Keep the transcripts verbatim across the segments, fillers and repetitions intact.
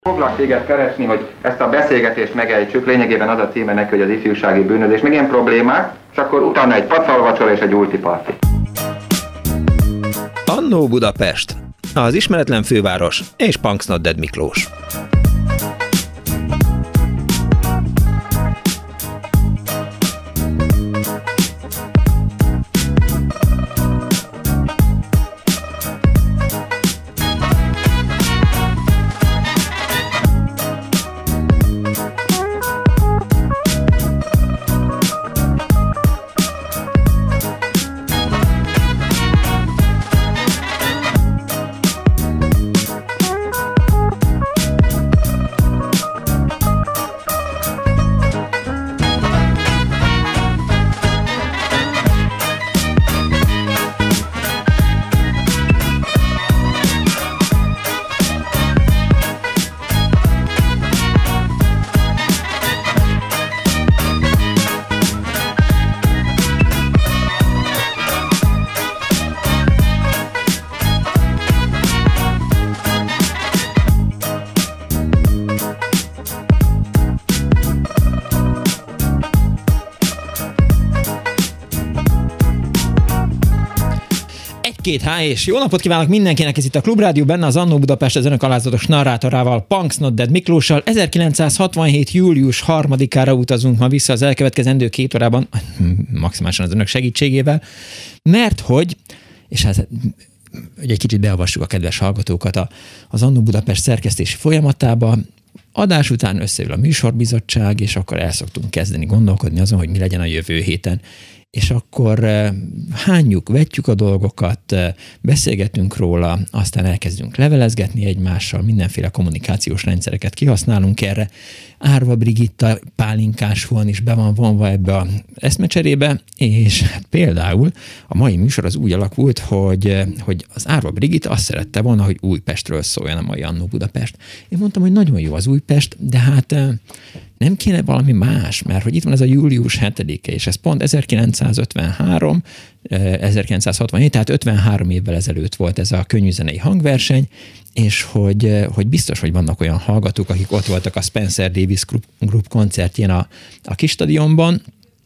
Foglak téged keresni, hogy ezt a beszélgetést megejtsük, lényegében az a címe neki, hogy az ifjúsági bűnözés, meg ilyen problémák, és akkor utána egy pacalvacsora és egy ultiparti. Annó Budapest, az ismeretlen főváros és Punks Not Dead Miklós. Két há, és jó napot kívánok mindenkinek, ez itt a Klubrádió, benne az Annó Budapest, az önök alázatos narrátorával, Punks Not Dead Miklóssal. ezerkilencszázhatvanhét. július harmadikára utazunk ma vissza az elkövetkezendő két órában, maximálisan az önök segítségével, mert hogy, és hát hogy egy kicsit beavassuk a kedves hallgatókat az Annó Budapest szerkesztési folyamatába. Adás után összeül a műsorbizottság, és akkor el szoktunk kezdeni gondolkodni azon, hogy mi legyen a jövő héten. És akkor hányjuk, vetjük a dolgokat, beszélgetünk róla, aztán elkezdünk levelezgetni egymással, mindenféle kommunikációs rendszereket kihasználunk erre. Árva Brigitta pálinkásúan is be van vonva ebbe az eszmecserébe, és hát például a mai műsor az úgy alakult, hogy, hogy az Árva Brigitta azt szerette volna, hogy Újpestről szóljon a mai Annó Budapest. Én mondtam, hogy nagyon jó az Újpest, de hát nem kéne valami más, mert hogy itt van ez a július hetedike, és ez pont ezerkilencszázötvenhárom, ezerkilencszázhatvanhét, tehát ötvenhárom évvel ezelőtt volt ez a könnyűzenei hangverseny, és hogy, hogy biztos, hogy vannak olyan hallgatók, akik ott voltak a Spencer Davis Group, Group koncertjén a, a Kisstadionban,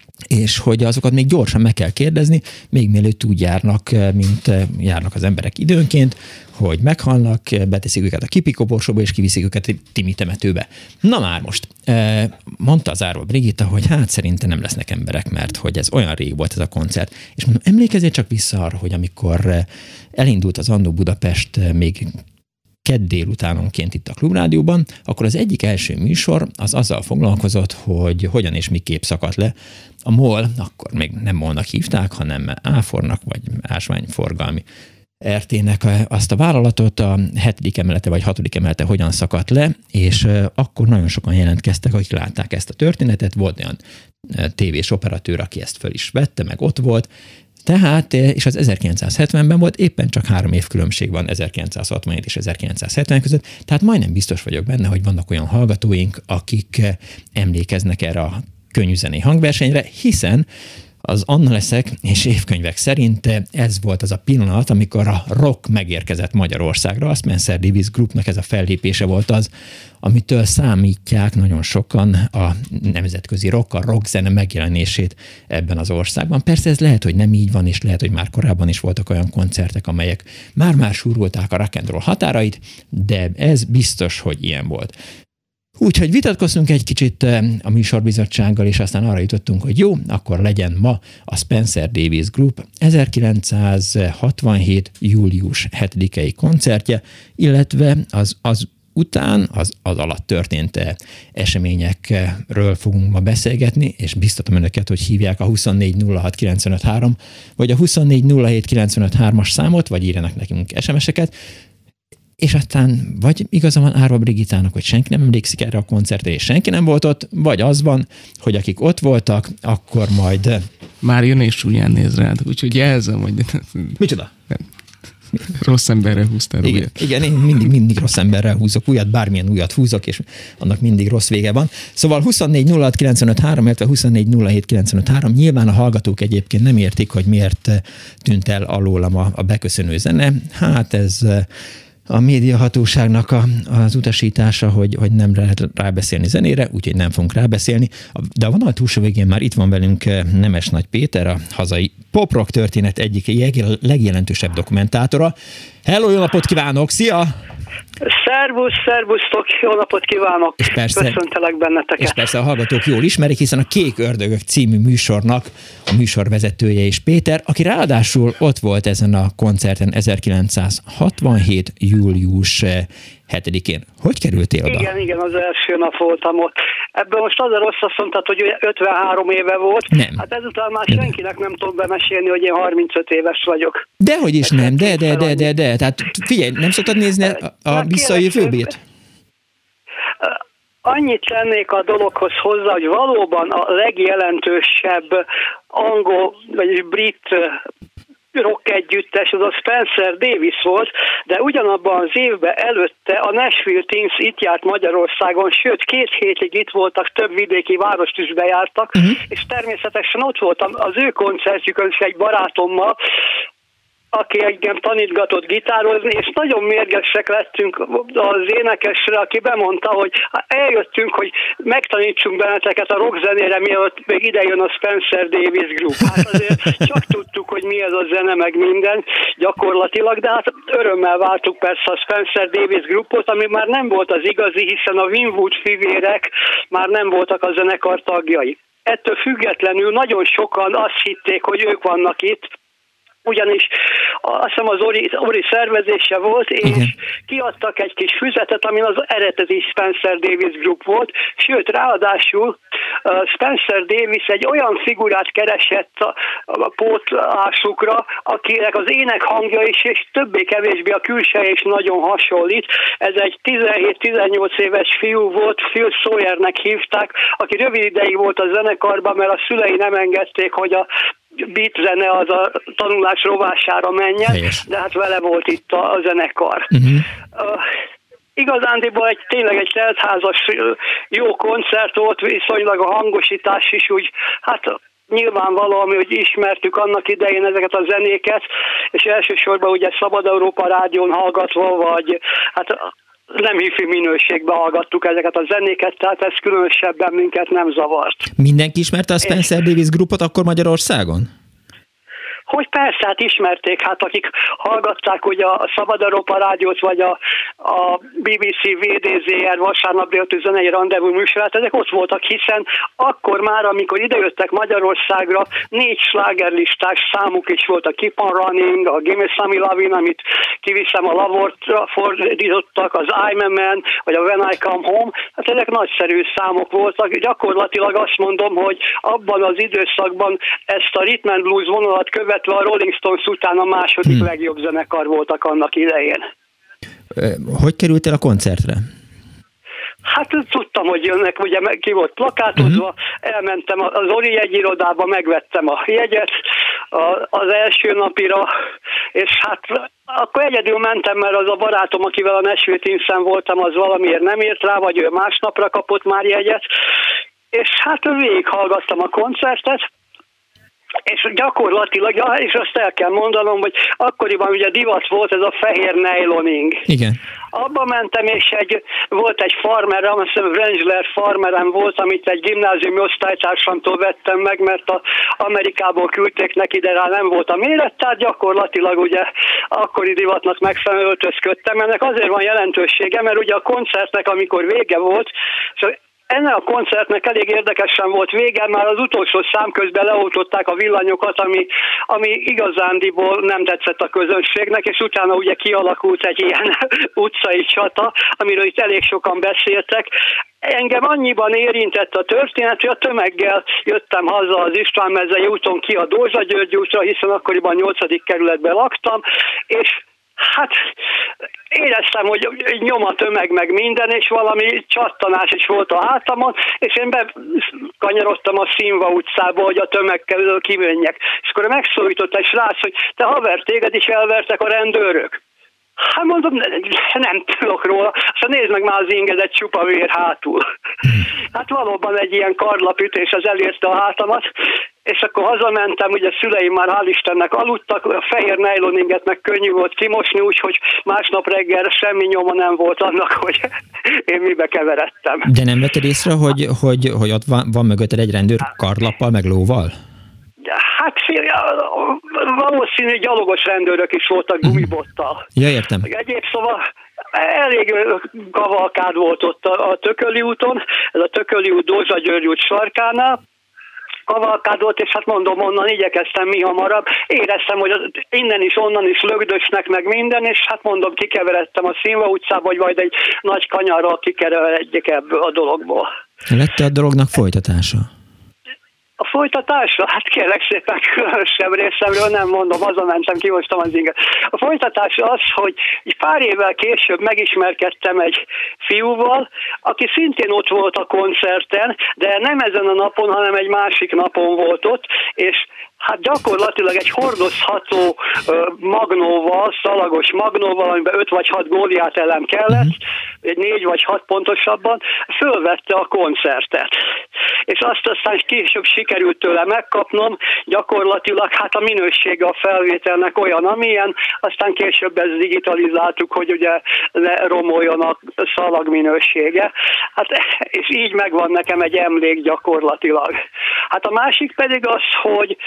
és hogy azokat még gyorsan meg kell kérdezni, még mielőtt úgy járnak, mint járnak az emberek időnként, hogy meghalnak, beteszik őket a kipikoporsóba, és kiviszik őket egy timi temetőbe. Na már most, mondta az Árva Brigitta, hogy hát szerintem nem lesznek emberek, mert hogy ez olyan rég volt ez a koncert. És mondom, emlékezzél csak vissza arra, hogy amikor elindult az Annó Budapest még kedd délutánonként itt a Klubrádióban, akkor az egyik első műsor az azzal foglalkozott, hogy hogyan és miképp szakadt le a MOL, akkor még nem MOL-nak hívták, hanem áfornak, vagy ásványforgalmi er té-nek azt a vállalatot, a hetedik emelete vagy hatodik emelete hogyan szakadt le, és akkor nagyon sokan jelentkeztek, akik látták ezt a történetet, volt olyan tévés operatőr, aki ezt föl is vette, meg ott volt. Tehát, és az ezerkilencszázhetvenben volt, éppen csak három év különbség van ezerkilencszázhatvanhét és ezerkilencszázhetven között, tehát majdnem biztos vagyok benne, hogy vannak olyan hallgatóink, akik emlékeznek erre a könnyűzenei hangversenyre, hiszen az Anna leszek és évkönyvek szerint ez volt az a pillanat, amikor a rock megérkezett Magyarországra. A Spencer Davis Groupnak ez a fellépése volt az, amitől számítják nagyon sokan a nemzetközi rock, a rock zene megjelenését ebben az országban. Persze ez lehet, hogy nem így van, és lehet, hogy már korábban is voltak olyan koncertek, amelyek már-már súrolták a rock and roll határait, de ez biztos, hogy ilyen volt. Úgyhogy vitatkoztunk egy kicsit a műsorbizottsággal, és aztán arra jutottunk, hogy jó, akkor legyen ma a Spencer Davis Group ezerkilencszázhatvanhét. július hetedikei koncertje, illetve az, az után, az, az alatt történt eseményekről fogunk ma beszélgetni, és biztatom önöket, hogy hívják a huszonnégy nulla hat kilencvenöt három, vagy a huszonnégy nulla hét kilencvenöt hármas számot, vagy írjanak nekünk es em es-eket, és aztán vagy igaza van Árva Brigittának, hogy senki nem emlékszik erre a koncertre, és senki nem volt ott, vagy az van, hogy akik ott voltak, akkor majd... Már jön és csúnyán néz rád, úgyhogy jelzem, hogy... Micsoda? Rossz emberrel húztál igen, újat. Igen, én mindig, mindig rossz emberrel húzok újat, bármilyen újat húzok, és annak mindig rossz vége van. Szóval huszonnégy nulla hat kilencvenöt három, illetve huszonnégy nulla hét kilencvenöt három. Nyilván a hallgatók egyébként nem értik, hogy miért tűnt el alólam a, a beköszönő zene. Hát ez... a médiahatóságnak a, az utasítása, hogy, hogy nem lehet rábeszélni zenére, úgyhogy nem fogunk rábeszélni. De a vonal túlsó végén már itt van velünk Nemes Nagy Péter, a hazai pop-rock történet egyik legjelentősebb dokumentátora. Hello, jó napot kívánok! Szia! Szervusz, szervusztok, jó napot kívánok! És persze, köszöntelek benneteket! És persze a hallgatók jól ismerik, hiszen a Kék Ördögök című műsornak a műsorvezetője is Péter, aki ráadásul ott volt ezen a koncerten ezerkilencszázhatvanhét. július hetedikén. Hogy kerültél oda? Igen, igen, az első nap voltam ott. Ebből most az a rossz, azt mondtad, hogy ötvenhárom éve volt. Nem. Hát ezután már senkinek nem tudom bemesélni, hogy én harmincöt éves vagyok. Dehogy is nem, de, de, de, de, de. Tehát figyelj, nem szoktad nézni a, a visszajövőbét? Annyit tennék a dologhoz hozzá, hogy valóban a legjelentősebb angol, vagyis brit rock együttes, az a Spencer Davis volt, de ugyanabban az évben előtte a Nashville Teens itt járt Magyarországon, sőt két hétig itt voltak, több vidéki várost is bejártak, uh-huh. és természetesen ott voltam az ő koncertjükön is egy barátommal, aki engem tanítgatott gitározni, és nagyon mérgesek lettünk az énekesre, aki bemondta, hogy eljöttünk, hogy megtanítsunk benneteket a rockzenére, mielőtt még ide jön a Spencer Davis Group. Hát azért csak tudtuk, hogy mi ez a zene, meg minden gyakorlatilag, de hát örömmel vártuk persze a Spencer Davis Groupot, ami már nem volt az igazi, hiszen a Winwood fivérek már nem voltak a zenekar tagjai. Ettől függetlenül nagyon sokan azt hitték, hogy ők vannak itt, ugyanis azt hiszem az Ori, Ori szervezése volt, és igen. kiadtak egy kis füzetet, amin az eredeti Spencer Davis Group volt, sőt, ráadásul uh, Spencer Davis egy olyan figurát keresett a, a pótlásukra, akinek az ének hangja is, és többé-kevésbé a külseje is nagyon hasonlít. Ez egy tizenhét-tizennyolc éves fiú volt, Phil Sawyernek hívták, aki rövid ideig volt a zenekarban, mert a szülei nem engedték, hogy a beat zene az a tanulás rovására menjen, helyes. De hát vele volt itt a, a zenekar. Uh-huh. Uh, igazándiból egy, tényleg egy teltházas jó koncert volt, viszonylag a hangosítás is úgy, hát nyilvánvaló, ami, hogy ismertük annak idején ezeket a zenéket, és elsősorban ugye Szabad Európa rádión hallgatva, vagy hát nem hifi minőségben hallgattuk ezeket a zenéket, tehát ez különösebben minket nem zavart. Mindenki ismerte a Spencer és... Davis Groupot akkor Magyarországon? Hogy persze, hát ismerték, hát akik hallgatták ugye a Szabad Európa rádiót, vagy a, a bé bé cé vé dé zé er vasárnap délután zenei rendezvú műsorát, ezek ott voltak, hiszen akkor már, amikor idejöttek Magyarországra, négy slágerlistás számuk is volt, a Keep on Running, a Give Me Some Lovin', amit kiviszem a Lavortra fordítottak, az I'm a Man, vagy a When I Come Home, hát ezek nagyszerű számok voltak. Gyakorlatilag azt mondom, hogy abban az időszakban ezt a rhythm and blues vonalat követve a Rolling Stones után a második hmm. legjobb zenekar voltak annak idején. Hogy kerültél a koncertre? Hát tudtam, hogy jönnek, ugye ki volt plakátozva, uh-huh. elmentem az Ori jegyirodába, megvettem a jegyet az első napira, és hát akkor egyedül mentem, mert az a barátom, akivel a Nashville Teens-en voltam, az valamiért nem ért rá, vagy ő másnapra kapott már jegyet, és hát végighallgattam a koncertet, és gyakorlatilag, ja, és azt el kell mondanom, hogy akkoriban ugye divat volt ez a fehér nyloning. Igen. Abba mentem, és egy, volt egy farmerem, azt hiszem Wrangler farmerem volt, amit egy gimnáziumi osztálytársamtól vettem meg, mert a Amerikából küldték neki, de rá nem volt a méret, tehát gyakorlatilag ugye akkori divatnak megfelelően öltözködtem. Ennek azért van jelentősége, mert ugye a koncertnek, amikor vége volt, szóval ennek a koncertnek elég érdekesen volt vége, már az utolsó szám közben leoltották a villanyokat, ami, ami igazándiból nem tetszett a közönségnek, és utána ugye kialakult egy ilyen utcai csata, amiről itt elég sokan beszéltek. Engem annyiban érintett a történet, hogy a tömeggel jöttem haza az István mezei úton ki a Dózsa György útra, hiszen akkoriban nyolcadik kerületben laktam, és hát éreztem, hogy nyom a tömeg meg minden, és valami csattanás is volt a hátamon, és én bekanyarodtam a Színva utcába, hogy a tömegkel kimenjek. És akkor megszólított egy srác, hogy te haver, téged is elvertek a rendőrök. Hát mondom, nem tudok róla. Aztán nézd meg már az ingedet, csupa vér hátul. Hát valóban egy ilyen kardlapütés az elérte a hátamat, és akkor hazamentem, ugye a szüleim már hál' Istennek aludtak, a fehér nejlon inget meg könnyű volt kimosni, úgyhogy másnap reggel semmi nyoma nem volt annak, hogy én mibe keveredtem. De nem vetted észre, hogy, hogy, hogy ott van, van mögötted egy rendőr kardlappal, meg lóval? Hát valószínű gyalogos rendőrök is voltak gumibottal. Ja, értem. Egyéb szóval elég kavalkád volt ott a, a Tököli úton, ez a Tököli út, Dózsa György út sarkánál, kavalkád volt, és hát mondom, onnan igyekeztem mi hamarabb. Éreztem, hogy az innen is, onnan is lögdösnek meg minden, és hát mondom, kikeveredtem a Színva utcába, hogy majd egy nagy kanyarral kikeveredjek ebből a dologból. Lett a dolognak folytatása? A folytatásra? Hát kérlek szépen, különösebb részemről nem mondom, hazamentem, kihoztam az inget. A folytatás az, hogy egy pár évvel később megismerkedtem egy fiúval, aki szintén ott volt a koncerten, de nem ezen a napon, hanem egy másik napon volt ott, és hát gyakorlatilag egy hordozható uh, magnóval, szalagos magnóval, amiben öt vagy hat góliát elem kellett, egy négy vagy hat pontosabban, fölvette a koncertet. És azt aztán később sikerült tőle megkapnom, gyakorlatilag hát a minősége a felvételnek olyan, amilyen, aztán később ezt digitalizáltuk, hogy ugye ne romoljon a szalag minősége. Hát, és így megvan nekem egy emlék gyakorlatilag. Hát a másik pedig az, hogy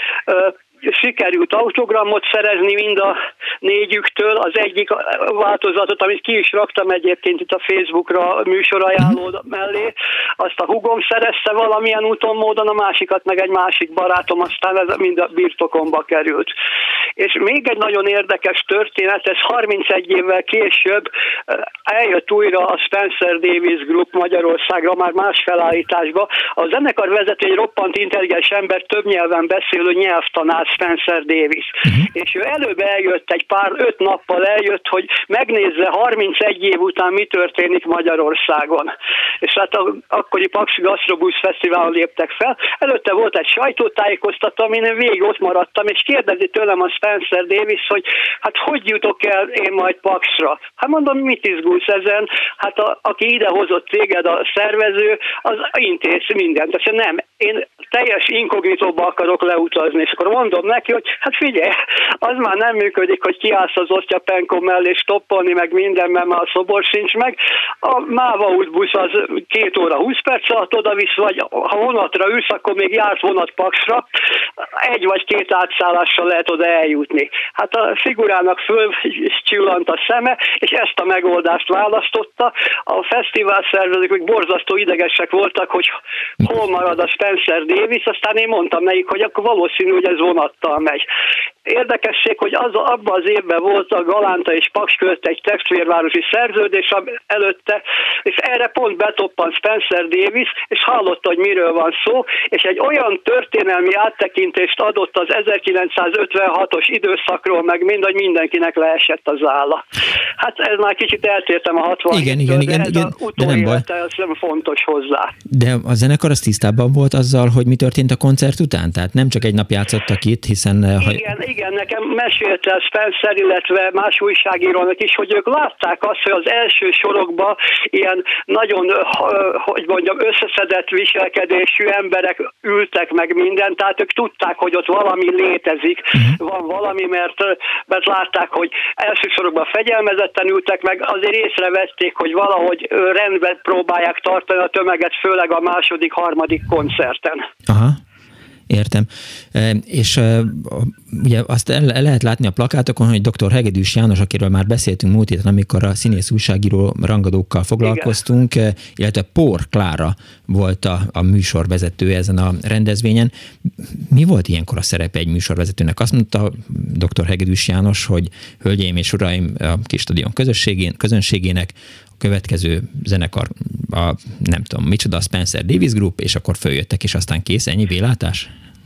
sikerült autogramot szerezni mind a négyüktől, az egyik változatot, amit ki is raktam egyébként itt a Facebookra műsorajánló mellé, azt a hugom szerezte valamilyen úton, módon, a másikat meg egy másik barátom, aztán ez mind a birtokomba került. És még egy nagyon érdekes történet, ez harmincegy évvel később eljött újra a Spencer Davis Group Magyarországra, már más felállításba. A zenekar vezető egy roppant intelligens ember, több nyelven beszélő nyelvtanár, Spencer Davis. Uh-huh. És ő előbb eljött, egy pár, öt nappal eljött, hogy megnézze harmincegy év után mi történik Magyarországon. És hát a, akkori Paksi Gasztrobusz Fesztiválon léptek fel. Előtte volt egy sajtótájékoztató, amin én végig ott maradtam, és kérdezi tőlem a Spencer Davis, hogy hát hogy jutok el én majd Paksra? Hát mondom, mit izgulsz ezen? Hát a, aki idehozott téged, a szervező, az intéz mindent. Azt nem, én teljes inkognitóba akarok leutazni, és akkor mondom neki, hogy hát figyelj, az már nem működik, hogy kiállsz az osztyapenkó mellé stoppolni, meg minden, mert már a szobor sincs meg. A Máva útbusz az két óra húsz perc alatt odavisz, vagy ha vonatra ülsz, akkor még jársz vonat Paksra, egy vagy két átszállással lehet oda eljutni. Hát a figurának fölcsillant a szeme, és ezt a megoldást választotta. A fesztivál szervezők még borzasztó idegesek voltak, hogy hol marad a Spencer Davis, aztán én mondtam nekik, hogy akkor valószínű, hogy ez vonattal megy. Érdekesség, hogy az, abban az évben volt a Galánta és Paks között egy testvérvárosi szerződés előtte, és erre pont betoppant Spencer Davis, és hallotta, hogy miről van szó, és egy olyan történelmi áttekintést adott az ezerkilencszázötvenhatos időszakról, meg mind, hogy mindenkinek leesett az álla. Hát ez már kicsit eltértem a hatvanhéttől, igen, igen, igen, de ez igen, az utólélete, az nem fontos hozzá. De a zenekar az tisztában volt azzal, hogy mi történt a koncert után? Tehát nem csak egy nap játszottak itt, hiszen... Ha... Igen, igen, nekem mesélte Spencer, illetve más újságírónak is, hogy ők látták azt, hogy az első sorokban ilyen nagyon, hogy mondjam, összeszedett viselkedésű emberek ültek meg mindent, tehát ők tudták, hogy ott valami létezik, uh-huh. van valami, mert, mert látták, hogy első sorokban fegyelmezetten ültek meg, azért észrevették, hogy valahogy rendben próbálják tartani a tömeget, főleg a második, harmadik koncerten. Aha. Értem. E, és e, ugye azt el, el lehet látni a plakátokon, hogy doktor Hegedűs János, akiről már beszéltünk múlt héten, amikor a színész újságíró rangadókkal foglalkoztunk, igen. illetve Pór Klára volt a, a műsorvezető ezen a rendezvényen. Mi volt ilyenkor a szerepe egy műsorvezetőnek? Azt mondta doktor Hegedűs János, hogy hölgyeim és uraim, a Kis Stadion közönségén, közönségének következő zenekar, a, nem tudom, micsoda, a Spencer Davis Group, és akkor följöttek, és aztán kész, ennyi vélátás?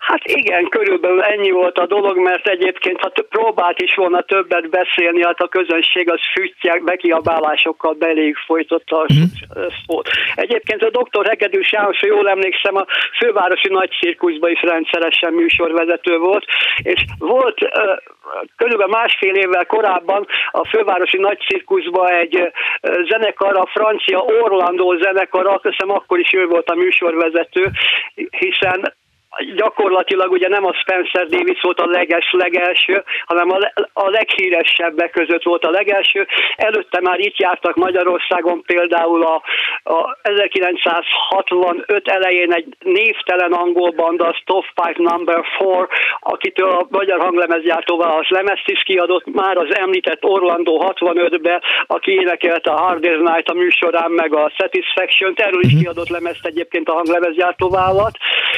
Hát igen, körülbelül ennyi volt a dolog, mert egyébként ha próbált is volna többet beszélni, hát a közönség az füttyek, bekiabálásokkal beléjük folytotta a uh-huh. szót. Egyébként a doktor Hegedűs János, ha jól emlékszem, a fővárosi nagy cirkuszban is rendszeresen műsorvezető volt, és volt körülbelül másfél évvel korábban a fővárosi nagy cirkuszban egy zenekar, a francia Orlando zenekar, azt hiszem akkor is ő volt a műsorvezető, hiszen gyakorlatilag ugye nem a Spencer Davis volt a leges-legelső, hanem a, le- a leghíresebbek között volt a legelső. Előtte már itt jártak Magyarországon például a, a ezerkilencszázhatvanöt elején egy névtelen angol banda, a Stovepipe Number Four, akitől a magyar hanglemezgyártóval az lemezt is kiadott, már az említett Orlando hatvanötben, aki énekelte a Hard Day's Night a műsorán, meg a Satisfaction-t, erről is kiadott lemezt egyébként a hanglemezgyártóvállalat,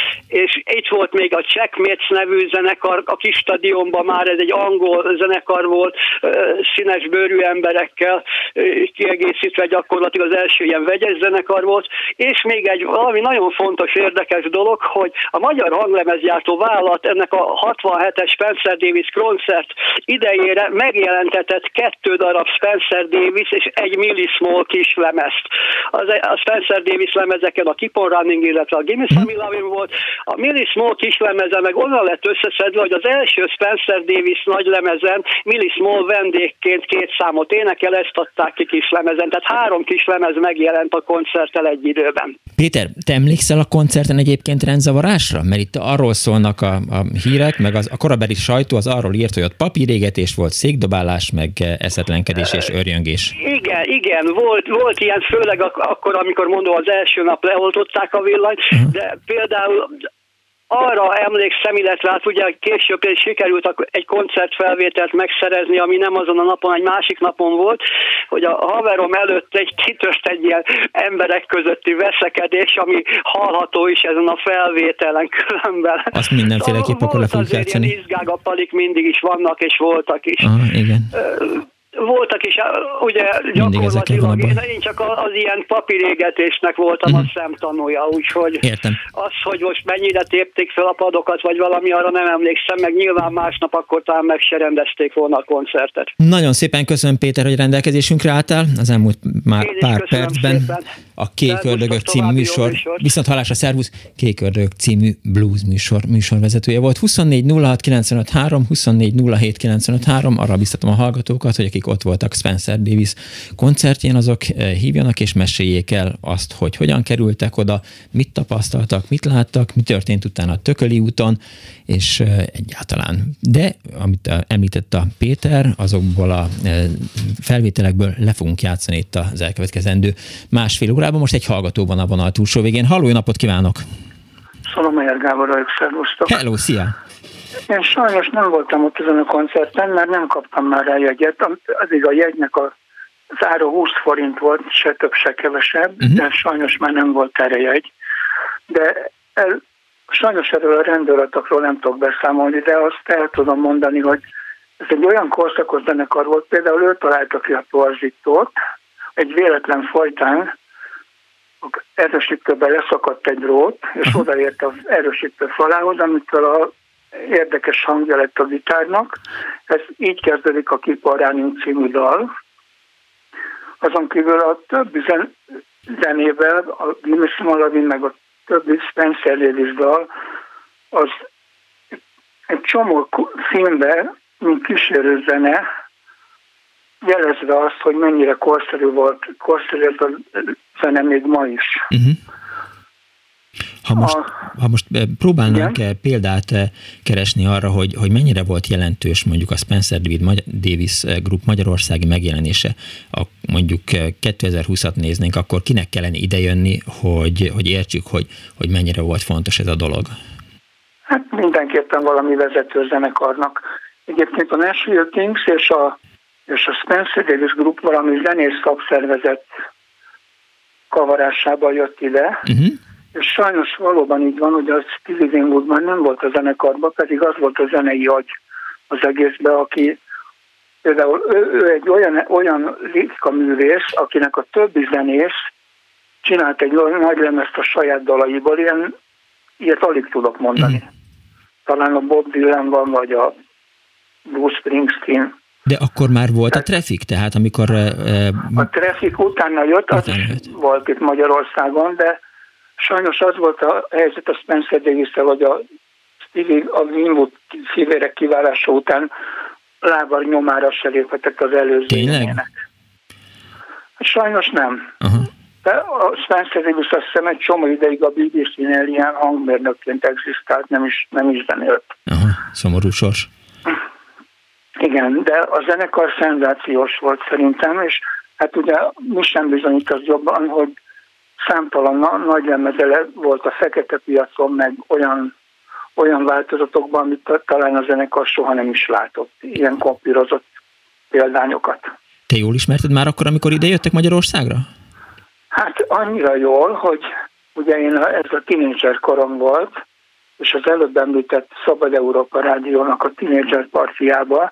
és itt volt még a Checkmates nevű zenekar, a kis stadionban már ez egy angol zenekar volt, színes bőrű emberekkel kiegészítve, gyakorlatilag az első ilyen vegyes zenekar volt, és még egy valami nagyon fontos, érdekes dolog, hogy a magyar hanglemezgyártó vállalat ennek a hatvanhetes Spencer Davis koncert idejére megjelentetett kettő darab Spencer Davis és egy Millie Small kis lemezt. Az, a Spencer Davis lemezeken a Keep on Running, illetve a Gimme Some Lovin' volt, a Millie Small kislemeze meg onnan lett összeszedve, hogy az első Spencer Davis nagy lemezen Millie Small vendégként két számot énekel, ezt adták ki kislemezen, tehát három kislemez megjelent a koncerttel egy időben. Péter, te emlékszel a koncerten egyébként rendzavarásra? Mert itt arról szólnak a, a hírek, meg az, a korabeli sajtó az arról írt, hogy ott papírégetés volt, székdobálás, meg eszetlenkedés és örjöngés. Igen, igen, volt, volt ilyen, főleg ak- akkor, amikor mondom, az első nap leoltották a villanyt, uh-huh. de például arra emlékszem, illetve hát ugye később sikerült egy koncertfelvételt megszerezni, ami nem azon a napon, egy másik napon volt, hogy a haverom előtt egy kitört egy ilyen emberek közötti veszekedés, ami hallható is ezen a felvételen különben. Azt mindenféleképp akkor le fogjuk játszani. Ilyen izgágapalik mindig is vannak, és voltak is. Aha, igen. Voltak is, ugye gyakorlatilag én, én csak az ilyen papírégetésnek voltam uh-huh. a szemtanúja, úgyhogy Értem. az, hogy most mennyire tépték fel a padokat, vagy valami, arra nem emlékszem, meg nyilván másnap akkor talán meg se rendezték volna a koncertet. Nagyon szépen köszönöm, Péter, hogy rendelkezésünkre álltál az elmúlt már pár percben. Szépen. A Kék Ördögök című műsor, viszont hallásra, szervusz, Kék Ördögök című blues műsor műsorvezetője volt. huszonnégy nulla hat kilencvenöt három, huszonnégy nulla hét kilencvenöt három, arra biztatom a hallgatókat, hogy akik ott voltak Spencer Davis koncertjén, azok hívjanak és meséljék el azt, hogy hogyan kerültek oda, mit tapasztaltak, mit láttak, mi történt utána a Tököli úton, és egyáltalán. De, amit említett a Péter, azokból a felvételekből le fogunk játszani itt az elkövetkezendő másfél órában. Most egy hallgató van a vonal túlsó végén. Halló, jó napot kívánok! Szalomeyer Gábor vagyok, szervusztok! Hello, szia! Én sajnos nem voltam ott ezen a koncerten, mert nem kaptam már rá jegyet. Addig a jegynek a az ára húsz forint volt, se több, se kevesebb, uh-huh. de sajnos már nem volt erre jegy. De el, sajnos erről a rendőratakról nem tudok beszámolni, de azt el tudom mondani, hogy ez egy olyan korszakos zenekar volt, például ő találta ki a torzsítót, egy véletlen folytán erősítőben leszakadt egy drót, és uh-huh. odaért az erősítő falához, amitől a érdekes hangja lett a gitárnak. Ez így kezdődik a Keep on Running című dal. Azon kívül a többi zen- zenével, a Gimme Some Lovin' meg a többi Spencer Davis dal, az egy csomó filmben, mint kísérő zene, jelezve azt, hogy mennyire korszerű volt, korszerű ez a zene még ma is. Uh-huh. Ha most, ha most próbálnánk igen? példát keresni arra, hogy, hogy mennyire volt jelentős mondjuk a Spencer Davis Group magyarországi megjelenése, a, mondjuk kétezer-húszat néznénk, akkor kinek kellene idejönni, hogy, hogy értsük, hogy, hogy mennyire volt fontos ez a dolog? Hát mindenképpen valami vezető zenekarnak. Egyébként a Nashville Kings és a, és a Spencer Davis Group valami zenész szakszervezet kavarásában jött ide, uh-huh. és sajnos valóban így van, hogy az Stevie Winwood már nem volt a zenekarban, pedig az volt a zenei agy az egészben, aki például ő, ő egy olyan, olyan ritkaművész, akinek a többi zenész csinált egy nagy lemezt a saját dalaiból, ilyen, ilyet alig tudok mondani. Mm. talán a Bob Dylan van, vagy a Bruce Springsteen. De akkor már volt a Traffic, tehát amikor... Uh, a Traffic utána jött, az utána jött. volt itt Magyarországon, de sajnos az volt a helyzet a Spencer Davis-tel, hogy a Stevie, a Winwood szívérek kiválása után lábar nyomára se léphetett az előzőjének. Sajnos nem. Uh-huh. De a Spencer Davis azt hiszem egy csomó ideig a bé bé cé-nél ilyen hangmérnökként egzisztált, nem is, nem is zenélt. Aha, szomorú sors. Igen, de a zenekar szenzációs volt szerintem, és hát ugye mi sem bizonyít az jobban, hogy számtalan na- nagy lemezele volt a fekete piacon, meg olyan, olyan változatokban, amit talán a zenekar soha nem is látott, ilyen kompírozott példányokat. Te jól ismerted már akkor, amikor ide jöttek Magyarországra? Hát annyira jól, hogy ugye én ez a tínédzser korom volt, és az előbb említett Szabad Európa Rádiónak a tínédzser partiában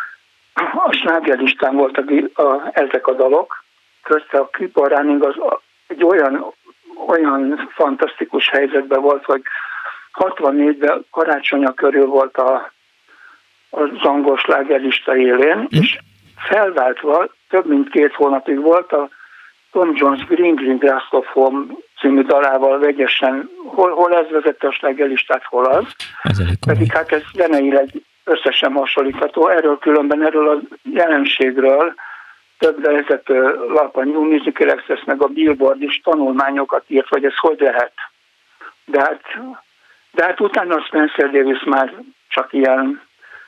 a slágerlistán voltak a, ezek a dalok, közte a Keep on Running az egy olyan, olyan fantasztikus helyzetben volt, hogy hatvannégyben karácsonya körül volt a, az angol slágerlista élén, mm. és felváltva több mint két hónapig volt a Tom Jones Green Green Grass of Home című dalával vegyesen, hol, hol ez vezette a slágerlistát, hol az. Pedig hát ez zeneileg összesen hasonlítható. Erről különben, erről a jelenségről több vezető lap, a New Musical Access meg a Billboard is tanulmányokat írt, hogy ez hogy lehet. De hát, de hát utána a Spencer Davis már csak ilyen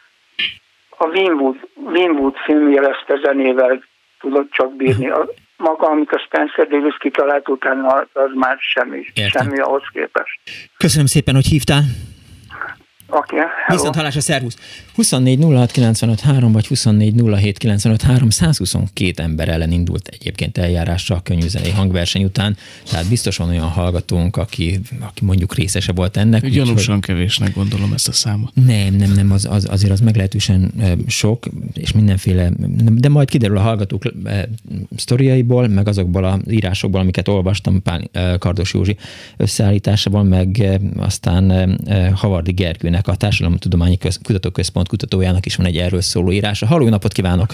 a Winwood, Winwood filmjelezte zenével tudott csak bírni. A, maga, amit a Spencer Davis kitalált utána, az már semmi, semmi ahhoz képest. Köszönöm szépen, hogy hívtál. Oké, okay, viszont hallásra, szervusz! huszonnégy nulla hat kilencvenöt három vagy huszonnégy nulla hét kilencvenöt három, száz huszonkettő ember ellen indult egyébként eljárásra a könnyűzenei hangverseny után, tehát biztos van olyan hallgatónk, aki, aki mondjuk részese volt ennek. Gyanúsan kevésnek gondolom ezt a számot. Nem, nem, nem, az, az, azért az meglehetősen sok, és mindenféle, de majd kiderül a hallgatók sztoriaiból, meg azokból az írásokból, amiket olvastam Pál Kardos Józsi összeállításában, meg aztán Havardi Gergőnek, a Társadalomtudományi Kutatóközpont kutatójának is van egy erről szóló írása. Halló, jó napot kívánok!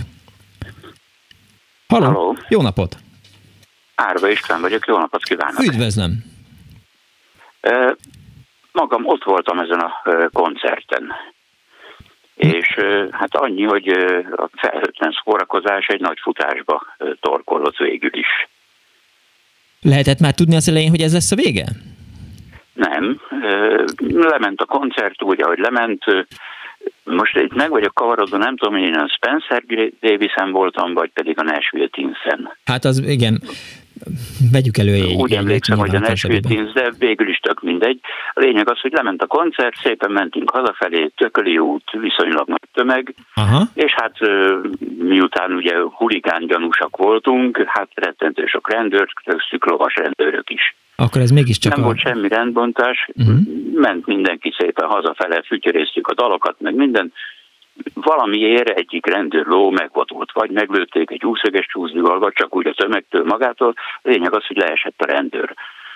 Halló, Halló. Jó napot! Árva István vagyok, jó napot kívánok! Üdvözlöm! Magam ott voltam ezen a koncerten. És hát annyi, hogy a felhőtlen szórakozás egy nagy futásba torkollott végül is. Lehetett már tudni az elején, hogy ez lesz a vége? Nem. Lement a koncert úgy, ahogy lement. Most itt meg vagyok kavarodva, nem tudom, hogy én a Spencer Davisen voltam, vagy pedig a Nashville Teens-en. Hát az igen, vegyük elő egy. Úgy emlékszem, hogy a Nashville Teens, de végül is tök mindegy. A lényeg az, hogy lement a koncert, szépen mentünk hazafelé, Tököli út, viszonylag nagy tömeg, aha. És hát miután ugye huligán gyanúsak voltunk, hát rettentő sok rendőr, köztük lovas rendőrök is. Akkor ez mégiscsak nem a... volt semmi rendbontás, uh-huh. Ment mindenki szépen hazafele, fütyöréztük a dalokat, meg minden. Valamiért egyik rendőrló megvadult, vagy meglőtték egy úszöges csúszdival, vagy csak úgy a tömegtől magától. Lényeg az, hogy leesett a rendőr.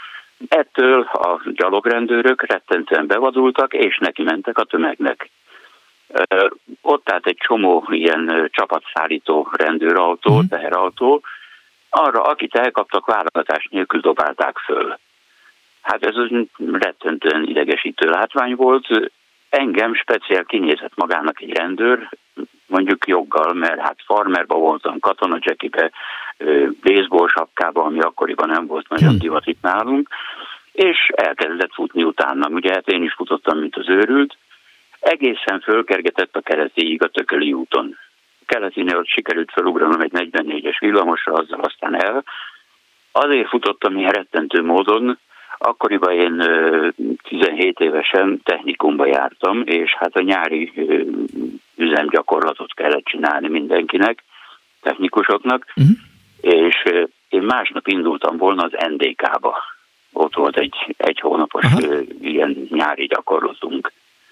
Ettől a gyalogrendőrök rettentően bevadultak, és neki mentek a tömegnek. Ö, ott állt egy csomó ilyen csapatszállító rendőrautó, uh-huh. teherautó. Arra, akit elkaptak, válogatás nélkül dobálták föl. Hát ez az rettentően idegesítő látvány volt. Engem speciál kinézett magának egy rendőr, mondjuk joggal, mert hát farmerba voltam, katona jackibe, baseball sapkába, ami akkoriban nem volt nagyon divat itt nálunk, és elkezdett futni utánam. Ugye hát én is futottam, mint az őrült. Egészen fölkergetett a Keletéig a Tököli úton. Keletinél sikerült felugranom egy negyvennégyes villamosra, azzal aztán el. Azért futottam ilyen rettentő módon, akkoriban én tizenhét évesen technikumba jártam, és hát a nyári üzemgyakorlatot kellett csinálni mindenkinek, technikusoknak, uh-huh. És én másnap indultam volna az en dé ká-ba. Ott volt egy, egy hónapos uh-huh. ilyen nyári gyakorlatunk.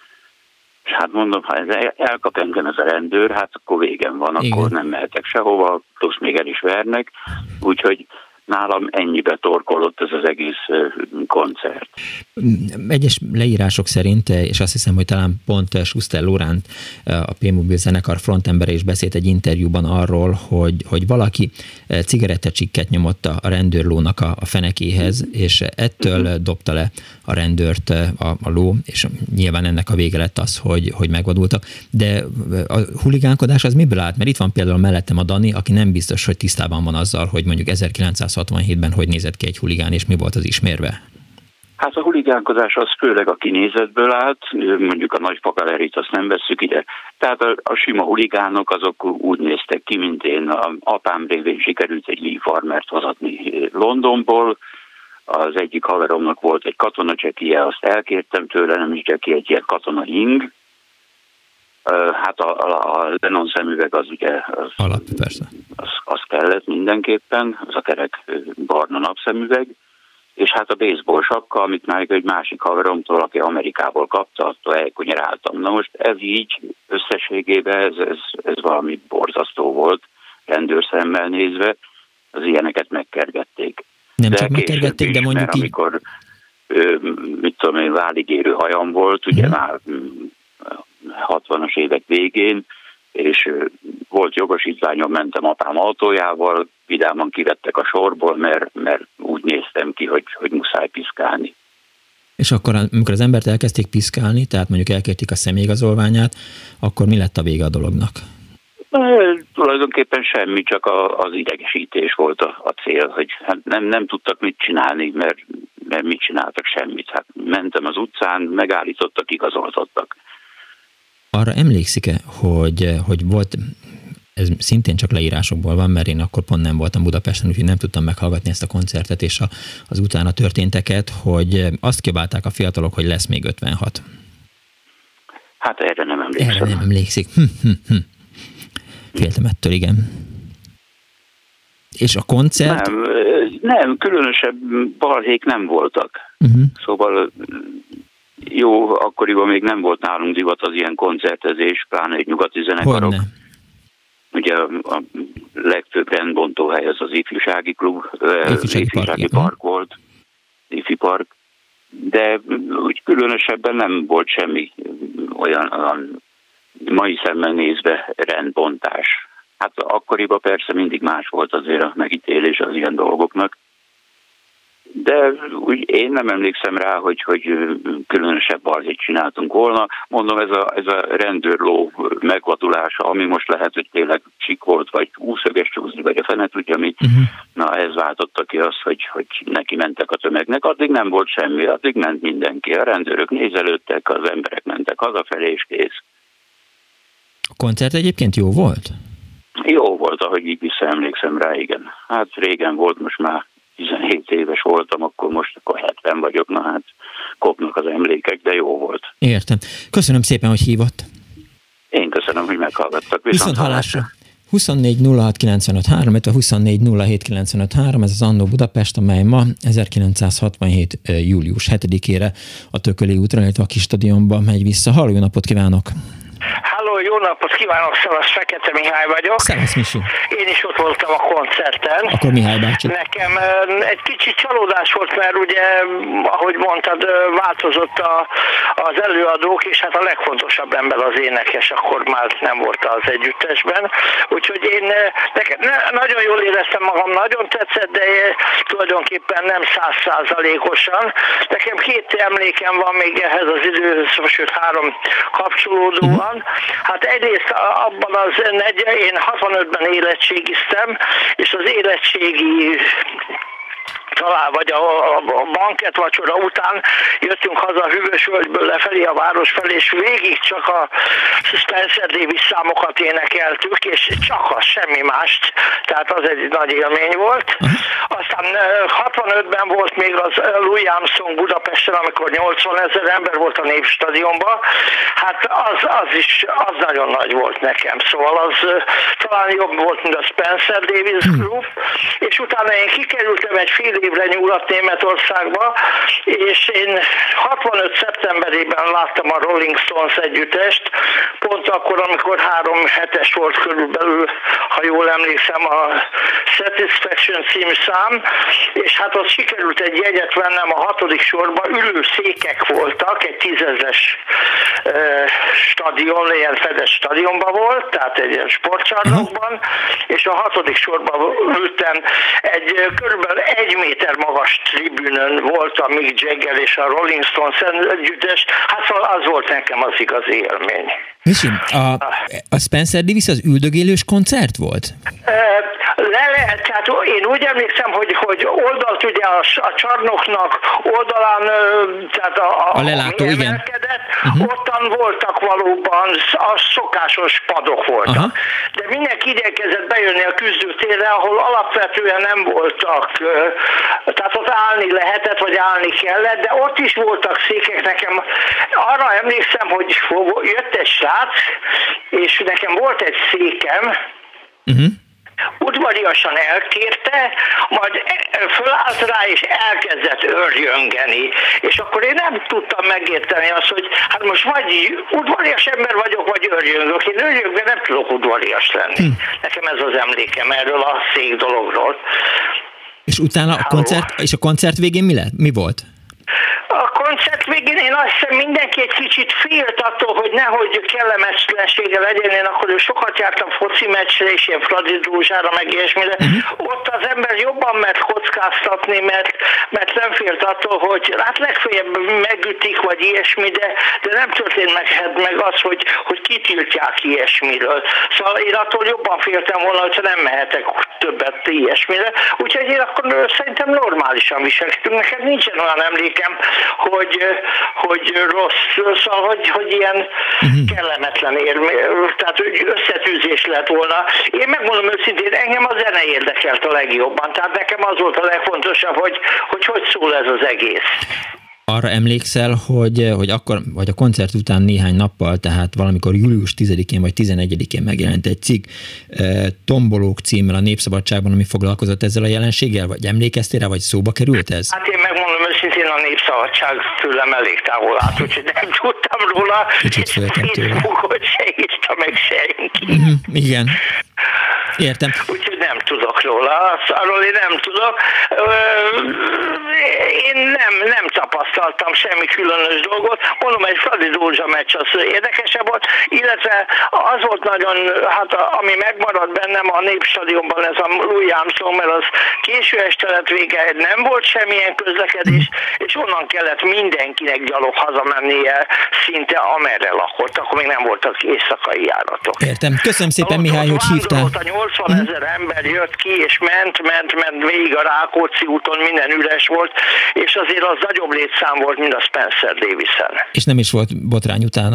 És hát mondom, ha ez elkap engem ez a rendőr, hát akkor végem van, igen. Akkor nem mehetek sehova, plusz még el is vernek. Úgyhogy nálam ennyibe torkolott ez az egész koncert. Egyes leírások szerint, és azt hiszem, hogy talán pont Schuster Lóránt, a P-Mobil zenekar frontembere is beszélt egy interjúban arról, hogy, hogy valaki cigarettacsikket nyomott a rendőrlónak a, a fenekéhez, és ettől dobta le a rendőrt a, a ló, és nyilván ennek a vége lett az, hogy, hogy megvadultak. De a huligánkodás az miből állt? Mert itt van például mellettem a Dani, aki nem biztos, hogy tisztában van azzal, hogy mondjuk ezerkilencszázhatvanhétben hogy nézett ki egy huligán, és mi volt az ismérve? Hát a huligánkodás az főleg a kinézetből állt, mondjuk a nagy pakalerit azt nem vesszük ide. Tehát a, a sima huligánok azok úgy néztek ki, mint én. A apám révén sikerült egy Lee Farmert hozatni Londonból. Az egyik haveromnak volt egy katona jackije, azt elkértem tőle, nem is jacky, egy ilyen katona ing. Hát a, a, a Lennon szemüveg az ugye az, Alap, persze. Az, az kellett mindenképpen, az a kerek barna napszemüveg, és hát a baseball sapka, amit már egy másik haveromtól, aki Amerikából kapta, attól elkonyeráltam. Na most ez így összességében ez, ez, ez valami borzasztó volt, rendőrszemmel nézve, az ilyeneket megkergették. Nem de csak megkergették, is, de mondjuk így... amikor, mit tudom én, váligérő hajam volt, ugye hmm. már hatvanas évek végén, és volt jogosítványom, mentem apám autójával, vidáman kivettek a sorból, mert, mert úgy néztem ki, hogy, hogy muszáj piszkálni. És akkor, amikor az embert elkezdték piszkálni, tehát mondjuk elkérték a személyigazolványát, akkor mi lett a vége a dolognak? E, tulajdonképpen semmi, csak a, az idegesítés volt a, a cél, hogy hát nem, nem tudtak mit csinálni, mert, mert mit csináltak, semmit. Hát mentem az utcán, megállítottak, igazoltattak. Arra emlékszik-e, hogy, hogy volt, ez szintén csak leírásokból van, mert én akkor pont nem voltam Budapesten, úgyhogy nem tudtam meghallgatni ezt a koncertet és a, az utána történteket, hogy azt kiabálták a fiatalok, hogy lesz még ötvenhat. Hát erre nem emlékszem. Erre nem emlékszik. Hm, hm, hm. Féltem ettől, igen. És a koncert? Nem, nem különösebb balhék nem voltak. Uh-huh. Szóval... Jó, akkoriban még nem volt nálunk divat az ilyen koncertezés, pláne egy nyugati zenekarok. Hogyne. Ugye a legfőbb rendbontóhely az az ifjúsági klub, ifjúsági, ifjúsági park, park volt, ifi park, de úgy különösebben nem volt semmi olyan, olyan mai szemmel nézve rendbontás. Hát akkoriban persze mindig más volt azért a megítélés az ilyen dolgoknak. De úgy én nem emlékszem rá, hogy, hogy különösebb balhét csináltunk volna. Mondom, ez a, ez a rendőrló megvadulása, ami most lehet, hogy tényleg csik volt, vagy úszöges csúszni, vagy a fene tudja mi. Uh-huh. Na, ez váltotta ki azt, hogy, hogy neki mentek a tömegnek. Addig nem volt semmi, addig ment mindenki. A rendőrök nézelődtek, az emberek mentek hazafelé, és kész. A koncert egyébként jó volt? Jó volt, ahogy így visszaemlékszem rá, igen. Hát régen volt, most már tizenhét éves voltam, akkor most akkor hetven vagyok, na hát kopnak az emlékek, de jó volt. Értem. Köszönöm szépen, hogy hívott. Én köszönöm, hogy meghallgattak. Viszont, Viszont hallásra. huszonnégy nulla hat kilencvenöt három, illetve huszonnégy nulla hét kilencvenöt három, ez az Annó Budapest, amely ma ezerkilencszázhatvanhét. július hetedikére a Tököli útra, illetve a Kisstadionba megy vissza. Halló, jó napot kívánok! Halló, jó napot kívánok, szevasz, Fekete Mihály vagyok. Szevasz, Misi. Én is ott voltam a koncerten. Akkor Mihály bácsi. Nekem egy kicsit csalódás volt, mert ugye, ahogy mondtad, változott a, az előadók, és hát a legfontosabb ember az énekes, akkor már nem volt az együttesben. Úgyhogy én nekem, nagyon jól éreztem magam, nagyon tetszett, de tulajdonképpen nem százszázalékosan. Nekem két emlékem van még ehhez az időhöz, sőt három kapcsolódóan. Uh-huh. Hát egyrészt abban az, én hatvanötben érettségiztem, és az érettségi talán vagy a, a bankett vacsora után jöttünk haza a Hűvösvölgyből lefelé a város felé, és végig csak a Spencer Davis számokat énekeltük, és csak az, semmi mást, tehát az egy nagy élmény volt. Aztán hatvanötben volt még az Louis Armstrong Budapesten, amikor nyolcvanezer ember volt a Népstadionban, hát az, az is, az nagyon nagy volt nekem, szóval az talán jobb volt, mint a Spencer Davis Group, és utána én kikerültem egy fél évre Nyugat-Németországba, és én hatvanöt szeptemberében láttam a Rolling Stones együttest, pont akkor, amikor három hetes volt körülbelül, ha jól emlékszem, a Satisfaction című szám, Stadionban, és hát ott sikerült egy jegyet vennem a hatodik sorban, ülő székek voltak, egy tízezres uh, stadion, ilyen fedes stadionban volt, tehát egy ilyen sportcsarnokban, és a hatodik sorban ültem, egy körülbelül egy méter magas tribünön volt a Mick Jagger és a Rolling Stones együttes, hát szóval az volt nekem az igazi élmény. Misi, a, a Spencer Davis az üldögélős koncert volt? Le lehet, tehát én úgy emlékszem, hogy, hogy oldalt ugye a, a csarnoknak oldalán, tehát a, a, a lelátó, ami igen. emelkedett, uh-huh. Ottan voltak valóban, a szokásos padok voltak. Uh-huh. De mindenki igyekezett bejönni a küzdőtérre, ahol alapvetően nem voltak, tehát ott állni lehetett, vagy állni kellett, de ott is voltak székek. Nekem arra emlékszem, hogy jött egy srác, és nekem volt egy székem, uh-huh. udvariasan elkérte, majd fölállt rá, és elkezdett örjöngeni. És akkor én nem tudtam megérteni azt, hogy hát most vagy udvarias ember vagyok, vagy örjöngök. Én örjöngve nem tudok udvarias lenni. Hm. Nekem ez az emlékem erről a szék dologról. És utána a koncert, és a koncert végén mi lett? Mi volt? A koncert végén én azt hiszem mindenki egy kicsit félt attól, hogy nehogy kellemetlensége legyen. Én akkor sokat jártam foci meccsre, és ilyen Fradi Dózsára, meg ilyesmire. Uh-huh. Ott az ember jobban mert kockáztatni, mert, mert nem félt attól, hogy hát legfeljebb megütik, vagy ilyesmi, de, de nem történt meg, meg az, hogy, hogy kitiltják ilyesmiről. Szóval én attól jobban féltem volna, hogyha nem mehetek többet ilyesmire. Úgyhogy én akkor szerintem normálisan viselkedünk. Nekem nincsen olyan emlékem, hogy, hogy rossz, szóval, hogy, hogy ilyen uh-huh. kellemetlen érmény, tehát összetűzés lett volna. Én megmondom őszintén, engem a zene érdekelt a legjobban, tehát nekem az volt a legfontosabb, hogy hogy, hogy szól ez az egész. Arra emlékszel, hogy, hogy akkor, vagy a koncert után néhány nappal, tehát valamikor július tizedikén vagy tizenegyedikén megjelent egy cikk Tombolók címmel a Népszabadságban, ami foglalkozott ezzel a jelenséggel, vagy emlékeztél rá, vagy szóba került ez? Hát én megmondom őszintén, a Népszabadság tőlem elég távol állt, úgyhogy nem tudtam róla. Kicsit féltem tőle. Facebookot se írta meg senki. Mm-hmm, igen. Értem. Úgyhogy nem tudok róla, arról én nem tudok. Én nem, nem tapasztaltam semmi különös dolgot. Mondom, egy Fradi Dózsa meccs az érdekesebb volt, illetve az volt nagyon, hát ami megmaradt bennem a Népstadionban, ez a Louis Armstrong, mert az késő este lett vége, nem volt semmilyen közlekedés, és onnan kellett mindenkinek gyalog hazamennie szinte amerre lakott, akkor még nem voltak éjszakai járatok. Értem. Köszönöm szépen, Mihály, hogy hívtál. nyolcvan ezer ember jött ki, és ment, ment, ment végig a Rákóczi úton, minden üres volt, és azért az nagyobb létszám volt, mint a Spencer Davisen. És nem is volt botrány utána?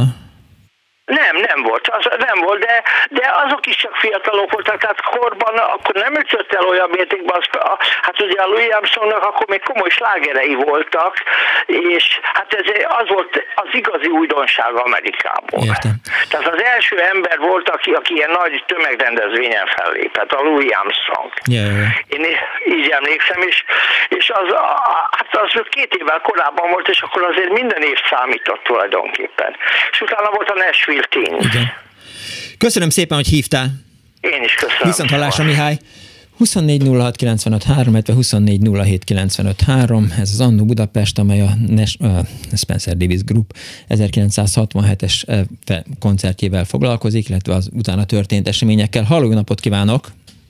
Nem, nem volt, az nem volt, de, de azok is csak fiatalok voltak, tehát korban akkor nem ütött el olyan mértékben, az, hát ugye a Louis Armstrongnak akkor még komoly slágerei voltak, és hát ez az volt az igazi újdonság Amerikából. Értem. Tehát az első ember volt, aki, aki ilyen nagy tömegrendezvényen fellépett, a Louis Armstrong. Yeah, yeah. Én így emlékszem, és, és az, hát az két évvel korábban volt, és akkor azért minden év számított tulajdonképpen. És utána volt a Nashville tény. Igen. Köszönöm szépen, hogy hívtál. Én is köszönöm. Viszont hallásra, Mihály. huszonnégy nulla hat kilencvenöt három, illetve huszonnégy nulla hét kilencvenöt három. Ez az Annó Budapest, amely a Nes- uh, Spencer Davis Group ezerkilencszázhatvanhetes koncertjével foglalkozik, illetve az utána történt eseményekkel. Halló, napot kívánok!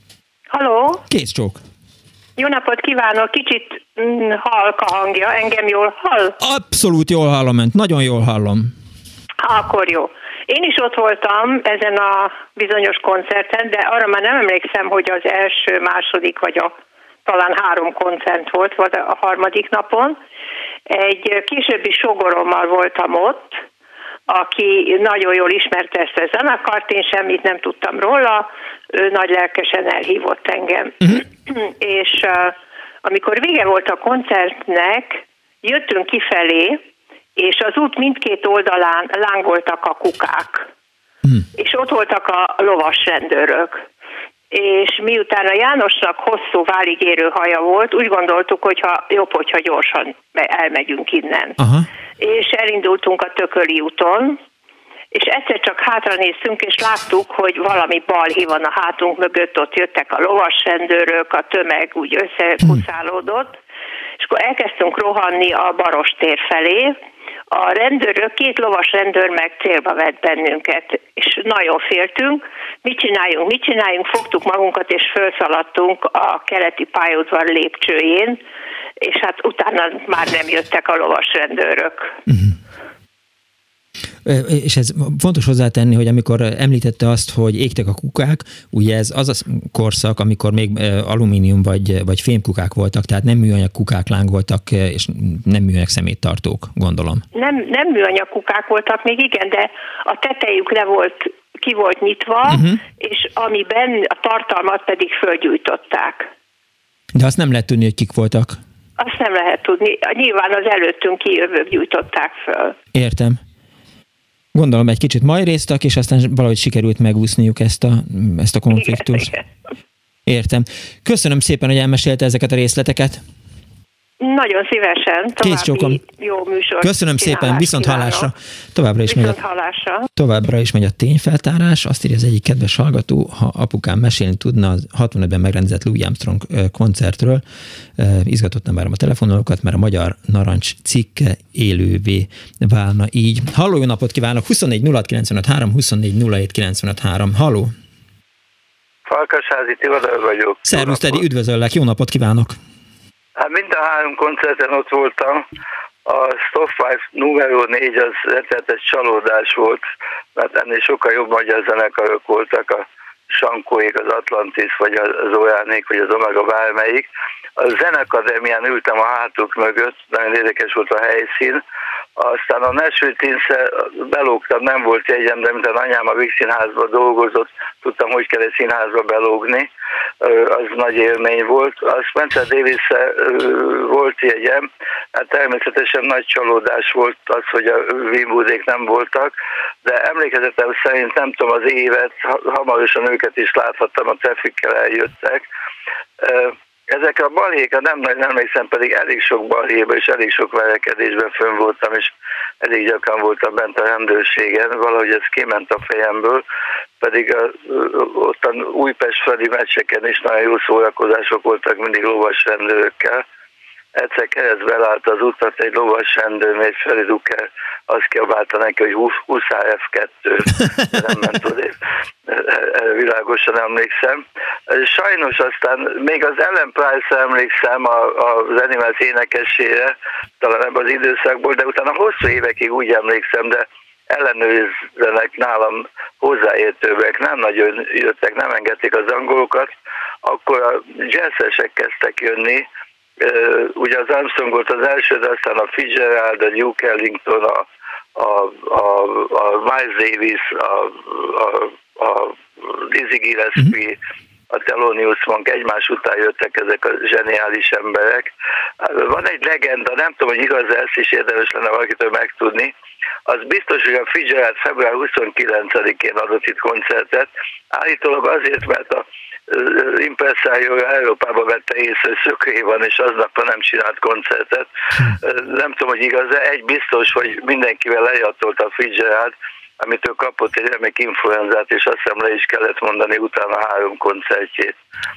Halló! Kész csók! Jó napot kívánok! Kicsit mm, halk a hangja. Engem jól hall? Abszolút jól hallom, önt. Nagyon jól hallom. Akkor jó. Én is ott voltam ezen a bizonyos koncerten, de arra már nem emlékszem, hogy az első, második vagy a talán három koncert volt, vagy a harmadik napon. Egy későbbi sógorommal voltam ott, aki nagyon jól ismerte ezt a zenekart, én semmit nem tudtam róla, ő nagy lelkesen elhívott engem. Uh-huh. És uh, amikor vége volt a koncertnek, jöttünk kifelé, és az út mindkét oldalán lángoltak a kukák. Hmm. És ott voltak a lovasrendőrök. És miután a Jánosnak hosszú válig érő haja volt, úgy gondoltuk, hogy ha jobb, hogyha gyorsan elmegyünk innen. Aha. És elindultunk a Tököli úton, és egyszer csak hátra néztünk, és láttuk, hogy valami balhé van a hátunk mögött, ott jöttek a lovasrendőrök, a tömeg úgy összekuszálódott, és akkor elkezdtünk rohanni a Barostér felé. A rendőrök, két lovas rendőr meg célba vett bennünket, és nagyon féltünk. Mit csináljunk, mit csináljunk, fogtuk magunkat, és felszaladtunk a keleti pályaudvar lépcsőjén, és hát utána már nem jöttek a lovas rendőrök. Uh-huh. És ez fontos hozzátenni, hogy amikor említette azt, hogy égtek a kukák, ugye ez az a korszak, amikor még alumínium vagy, vagy fémkukák voltak, tehát nem műanyag kukák lángoltak, és nem műanyag szeméttartók, gondolom. Nem, nem műanyag kukák voltak még, igen, de a tetejük le volt, ki volt nyitva, uh-huh. és amiben a tartalmat pedig fölgyújtották. De azt nem lehet tudni, hogy kik voltak? Azt nem lehet tudni. Nyilván az előttünk kijövők gyújtották föl. Értem. Gondolom egy kicsit majréztak, és aztán valahogy sikerült megúszniuk ezt a, ezt a konfliktust. Igen, igen. Értem. Köszönöm szépen, hogy elmesélte ezeket a részleteket. Nagyon szívesen. További jó műsor. Köszönöm szépen, viszont hallásra. Továbbra is, viszont megy a, hallásra. továbbra is megy a tényfeltárás. Azt írja az egyik kedves hallgató, ha apukám mesélni tudna az hatvanötben megrendezett Louis Armstrong koncertről. Izgatottan várom a telefonolókat, mert a Magyar Narancs cikke élővé válna így. Halló, jó napot kívánok! huszonnégy nulla hat kilencvenöt három, huszonnégy nulla hét kilencvenöt három. Halló! Farkasházi Tivadar vagyok. Szervusz, Tedi, üdvözöllek, jó napot kívánok! Hát mind a három koncerten ott voltam. A Stop Five numero négy az rettenetes csalódás volt, mert ennél sokkal jobb magyar zenekarok voltak, a Sankóék, az Atlantis, vagy az Ojánék, vagy az Omega bármelyik. A Zenekadémián ültem a hátuk mögött, nagyon érdekes volt a helyszín. Aztán a Nashville Teens-e belógtam, nem volt jegyem, de mint a anyám a Víg Színházban dolgozott, tudtam, hogy kell egy színházba belógni, az nagy élmény volt. A Spencer Davis-e volt jegyem, hát természetesen nagy csalódás volt az, hogy a Winwoodék nem voltak, de emlékezetem szerint nem tudom az évet, hamarosan őket is láthattam, a Traffickel eljöttek. Ezekre a balhékra nem nagyon emlékszem, pedig elég sok balhéba és elég sok verekedésben fönn voltam, és elég gyakran voltam bent a rendőrségen, valahogy ez kiment a fejemből, pedig a, ottan újpestföldi meccseken is nagyon jó szórakozások voltak mindig lovas rendőrökkel. Egyszer keresztbe állt az utat egy lovas rendőr, egy Freddy Duker, azt kiabálta neki, hogy Huszár ef kettő. Nem ment odébb. Világosan emlékszem. Sajnos aztán még az Ellen Price emlékszem az Animals énekesére, talán ebben az időszakból, de utána hosszú évekig úgy emlékszem, de ellenőrizzenek nálam hozzáértőbbek, nem nagyon jöttek, nem engedték az angolokat, akkor a jazzesek kezdtek jönni. Uh, ugye az Armstrong volt az első, de aztán a Fitzgerald, a Duke Ellington, a, a, a, a Miles Davis, a, a, a Dizzy Gillespie, a Thelonious Monk, egymás után jöttek ezek a zseniális emberek. Van egy legenda, nem tudom, hogy igaz, ezt is érdemes lenne valakitől megtudni. Az biztos, hogy a Fitzgerald február huszonkilencedikén adott itt koncertet. Állítólag azért, mert a impresszájója Európába vette észre, hogy szökője van, és aznapra nem csinált koncertet. Nem tudom, hogy igaz-e. Egy biztos, hogy mindenkivel lejattolt a Fitzgerald, amitől kapott egy remek influenzát, és azt hiszem le is kellett mondani utána három koncertjét.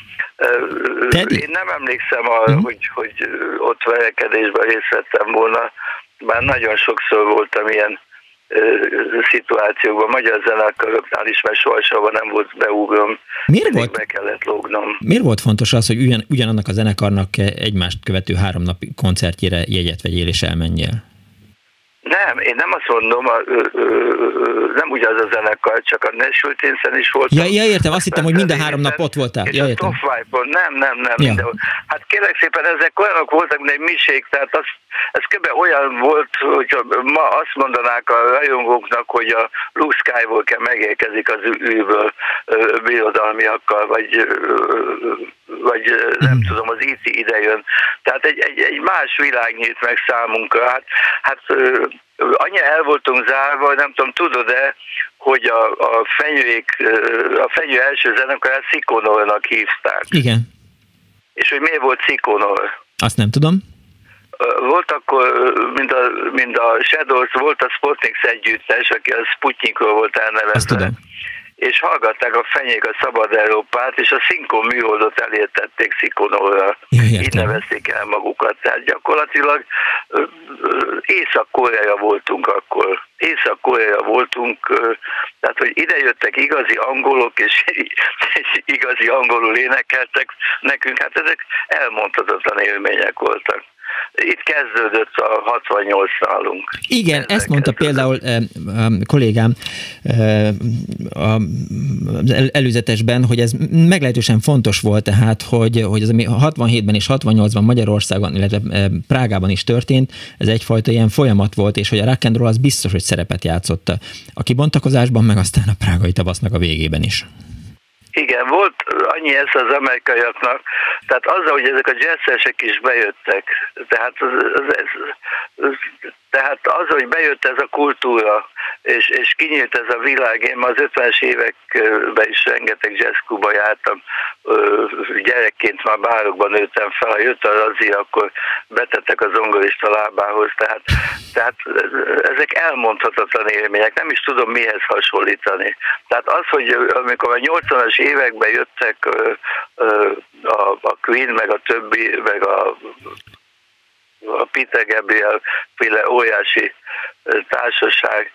Én nem emlékszem arra, uh-huh. hogy, hogy ott verekedésben részt vettem volna, bár nagyon sokszor voltam ilyen szituációkban, magyar zenekaroknál is, mert sohasem nem volt beugrom, miért volt, be kellett lógnom. Miért volt fontos az, hogy ugyan, ugyanannak a zenekarnak egymást követő három napi koncertjére jegyet vegyél és elmenjél? Nem, én nem azt mondom, a, ö, ö, nem ugyanaz a zenekar, csak a Nashville Teens-en is voltam. Ja, ja, értem, azt hittem, hogy mind a három nap ott voltál. És ja, a értem. Top Five-on, nem, nem, nem, ja. mindenhol. Hát kérlek szépen, ezek olyanok voltak, mint egy misék, tehát az, ez kb. Olyan volt, hogy ma azt mondanák a rajongóknak, hogy a Luke Skywalker megérkezik az űrből birodalmiakkal, vagy, vagy nem mm. tudom, az í té idejön. Tehát egy, egy, egy más világ nyílt meg számunkra. Hát, hát annyira el voltunk zárva, nem tudom, tudod-e, hogy a, a fenyőik, a fenyő első zenekarát Szikonolnak hívták. Igen. És hogy miért volt Szikonol? Azt nem tudom. volt akkor, mint a, mint a Shadows, volt a Sputniks együttes, aki a Sputnikról volt elnevezve. És hallgatták a Fenyék a Szabad Európát, és a Szinkon műholdot elértették Szikonóra. Így nevezték el magukat. Tehát gyakorlatilag Észak-Korea voltunk akkor. Észak-Korea voltunk, tehát hogy idejöttek igazi angolok, és, és igazi angolul énekeltek nekünk, hát ezek elmondhatatlan élmények voltak. Itt kezdődött a hatvannyolc nálunk. Igen, Ezzel ezt mondta kezdődött. például eh, a kollégám eh, a, az előzetesben, hogy ez meglehetősen fontos volt, tehát, hogy, hogy az, ami hatvanhétben és hatvannyolcban Magyarországon, illetve eh, Prágában is történt, ez egyfajta ilyen folyamat volt, és hogy a rock and roll az biztos, hogy szerepet játszott a kibontakozásban, meg aztán a prágai tavasznak a végében is. Igen, volt annyi ez az amerikaiaknak, tehát azzal, hogy ezek a jazzesek is bejöttek, tehát az, az, az, az, tehát az, hogy bejött ez a kultúra, és, és kinyílt ez a világ, én már az ötvenes években is rengeteg jazzklubba jártam, gyerekként már bárokban nőttem fel, ha jött az azért, akkor betettek a zongorista lábához, tehát, tehát ezek elmondhatatlan élmények, nem is tudom mihez hasonlítani. Tehát az, hogy amikor a nyolcvanas években jöttek a, a Queen, meg a többi, meg a a Peter Gabriel féle óriási társaság,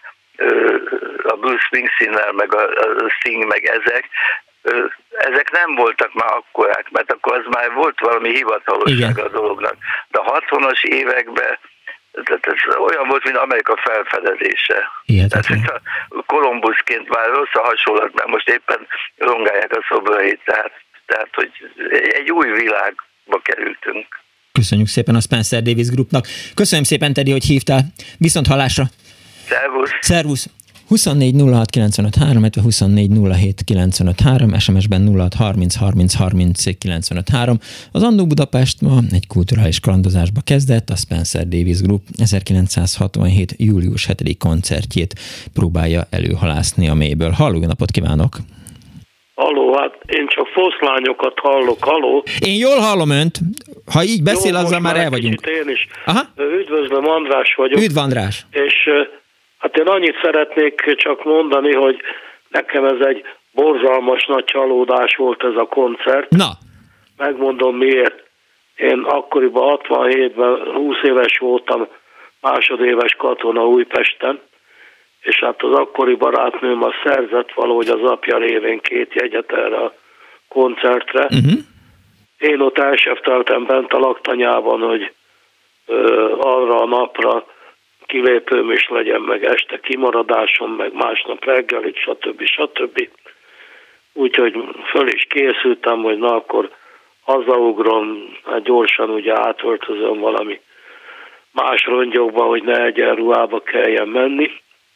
a Bruce Springsteennel, meg a Sting, meg ezek, ezek nem voltak már akkorák, mert akkor az már volt valami hivatalosság a dolognak. De a hatvanas években tehát ez olyan volt, mint Amerika felfedezése. Tehát Kolumbuszként már rossz a hasonlat, mert most éppen rongálják a szobrait, tehát, tehát hogy egy új világba kerültünk. Köszönjük szépen a Spencer Davis Groupnak. Köszönöm szépen, Teddy, hogy hívtál. Viszont hallásra. Szervusz. Szervusz. huszonnégy nulla hat kilencvenöt három, illetve huszonnégy nulla hét kilencvenöt három, es em es-ben nulla hat harminc harminc harminc kilencvenöt három. Az Annó Budapest ma egy kulturális kalandozásba kezdett, a Spencer Davis Group ezerkilencszázhatvanhét. július hetedik koncertjét próbálja előhalászni a mélyből. Halló, jó napot kívánok! Halló, hát én csak foszlányokat hallok, halló. Én jól hallom önt, ha így beszél, jó, azzal már el vagyunk. Én is. Aha. Üdvözlöm, András vagyok. Üdv, András. És hát én annyit szeretnék csak mondani, hogy nekem ez egy borzalmas nagy csalódás volt ez a koncert. Na. Megmondom miért. Én akkoriban hatvanhétben húsz éves voltam, másodéves katona Újpesten, és hát az akkori barátnőm az szerzett valahogy az apja révén két jegyet erre a koncertre. Uh-huh. Én ott elsefteltem bent a laktanyában, hogy ö, arra a napra kilépőm is legyen, meg este kimaradásom, meg másnap reggelit, stb. stb. Úgyhogy föl is készültem, hogy na akkor hazaugrom, hát gyorsan ugye átöltözöm valami más rongyokba, hogy ne egyenruhába kelljen menni.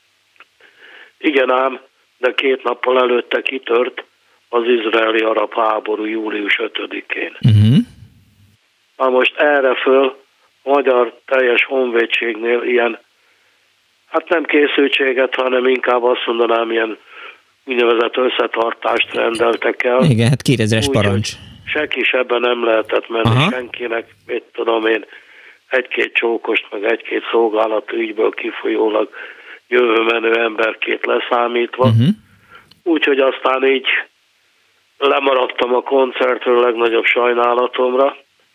Igen ám, de két nappal előtte kitört az izraeli-arab háború július ötödikén. Uh-huh. Na most erre föl a magyar teljes honvédségnél ilyen, hát nem készültséget, hanem inkább azt mondanám, ilyen úgynevezett összetartást rendeltek el. Igen, hát kétezres parancs. Senki sebben nem lehetett menni. Aha. Senkinek, mit tudom én, egy-két csókost, meg egy-két szolgálat ügyből kifolyólag jövőmenő emberkét leszámítva. Uh-huh. Úgyhogy aztán így lemaradtam a koncertről legnagyobb sajnálatomra.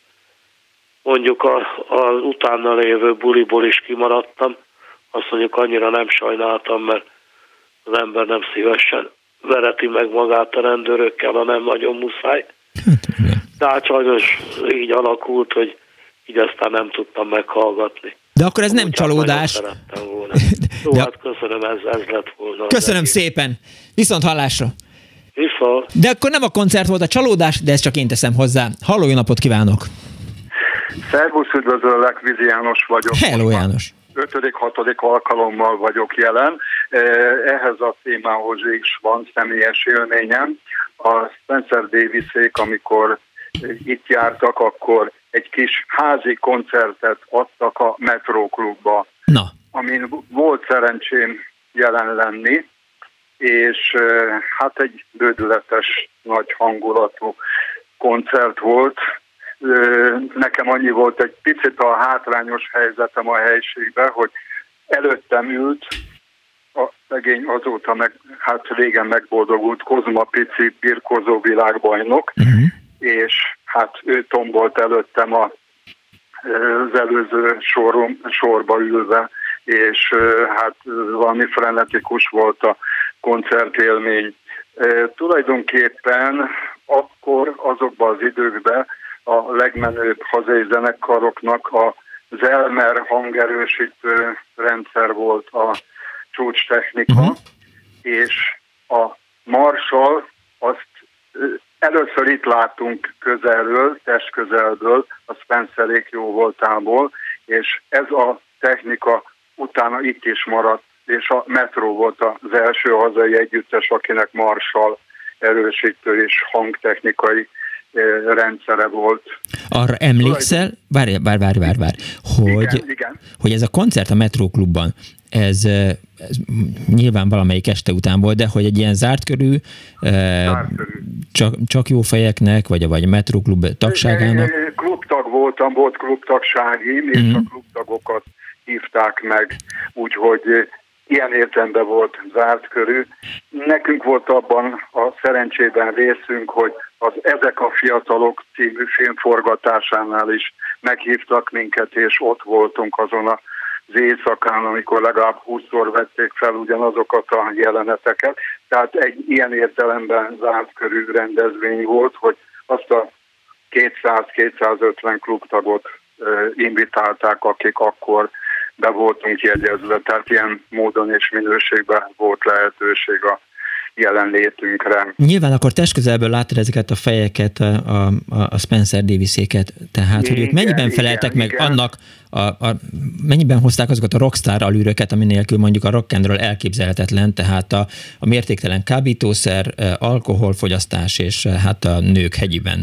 Mondjuk az utána lévő buliból is kimaradtam. Azt mondjuk annyira nem sajnáltam, mert az ember nem szívesen vereti meg magát a rendőrökkel, ha nem nagyon muszáj. Tehát sajnos így alakult, hogy így aztán nem tudtam meghallgatni. De akkor ez nem úgy csalódás. Jó, de... hát köszönöm, ez, ez lett volna. Köszönöm szépen. Viszont hallásra. Viszont. De akkor nem a koncert volt a csalódás, de ezt csak én teszem hozzá. Halló, jó napot kívánok. Szervusz, üdvözöllek, Vizi János vagyok. Hello, János. ötödik hatodik alkalommal vagyok jelen. Ehhez a témához is van személyes élményem. A Spencer Davisék, amikor itt jártak, akkor egy kis házi koncertet adtak a Metro Klubba, Na. amin volt szerencsém jelen lenni, és hát egy bődületes, nagy hangulatú koncert volt. nekem annyi volt egy picit a hátrányos helyzetem a helységben, hogy előttem ült a szegény azóta meg, hát régen megboldogult Kozma Pici birkózó világbajnok, uh-huh. és hát ő tombolt előttem a, az előző sorom, sorba ülve, és hát valami frenetikus volt a koncertélmény. E, tulajdonképpen akkor azokban az időkben a legmenőbb hazai zenekaroknak az Elmer hangerősítő rendszer volt a csúcstechnika, uh-huh. és a Marshall azt először itt láttunk közelről, testközelből, a Spencerék jó voltából, és ez a technika utána itt is maradt, és a Metro volt az első hazai együttes, akinek Marshall erősítő és hangtechnikai rendszere volt. Arra emlékszel, várj, várj, várj, várj, várj hogy, igen, igen. hogy ez a koncert a Metro Klubban, ez, ez nyilván valamelyik este után volt, de hogy egy ilyen zárt körű, zárt körű. Csak, csak jó fejeknek, vagy a, vagy a Metro Klub tagságának? Klubtag voltam, volt klubtagságim, és uh-huh. a klubtagokat hívták meg, úgyhogy ilyen értelemben volt zárt körű. Nekünk volt abban a szerencsében részünk, hogy az Ezek a fiatalok című filmforgatásánál is meghívtak minket, és ott voltunk azon az éjszakán, amikor legalább húszszor vették fel ugyanazokat a jeleneteket. Tehát egy ilyen értelemben zárt körű rendezvény volt, hogy azt a kétszáz-kétszázötven klubtagot invitálták, akik akkor be voltunk jegyezve, tehát ilyen módon és minőségben volt lehetőség a jelenlétünkre. Nyilván akkor testközelből láttad ezeket a fejeket, a, a, a Spencer Daviséket, tehát igen, hogy ők mennyiben feleltek igen, meg igen. annak, a, a, mennyiben hozták azokat a rockstar alűröket, ami nélkül mondjuk a rock and roll elképzelhetetlen, tehát a, a mértéktelen kábítószer, alkoholfogyasztás és hát a nők hegyiben.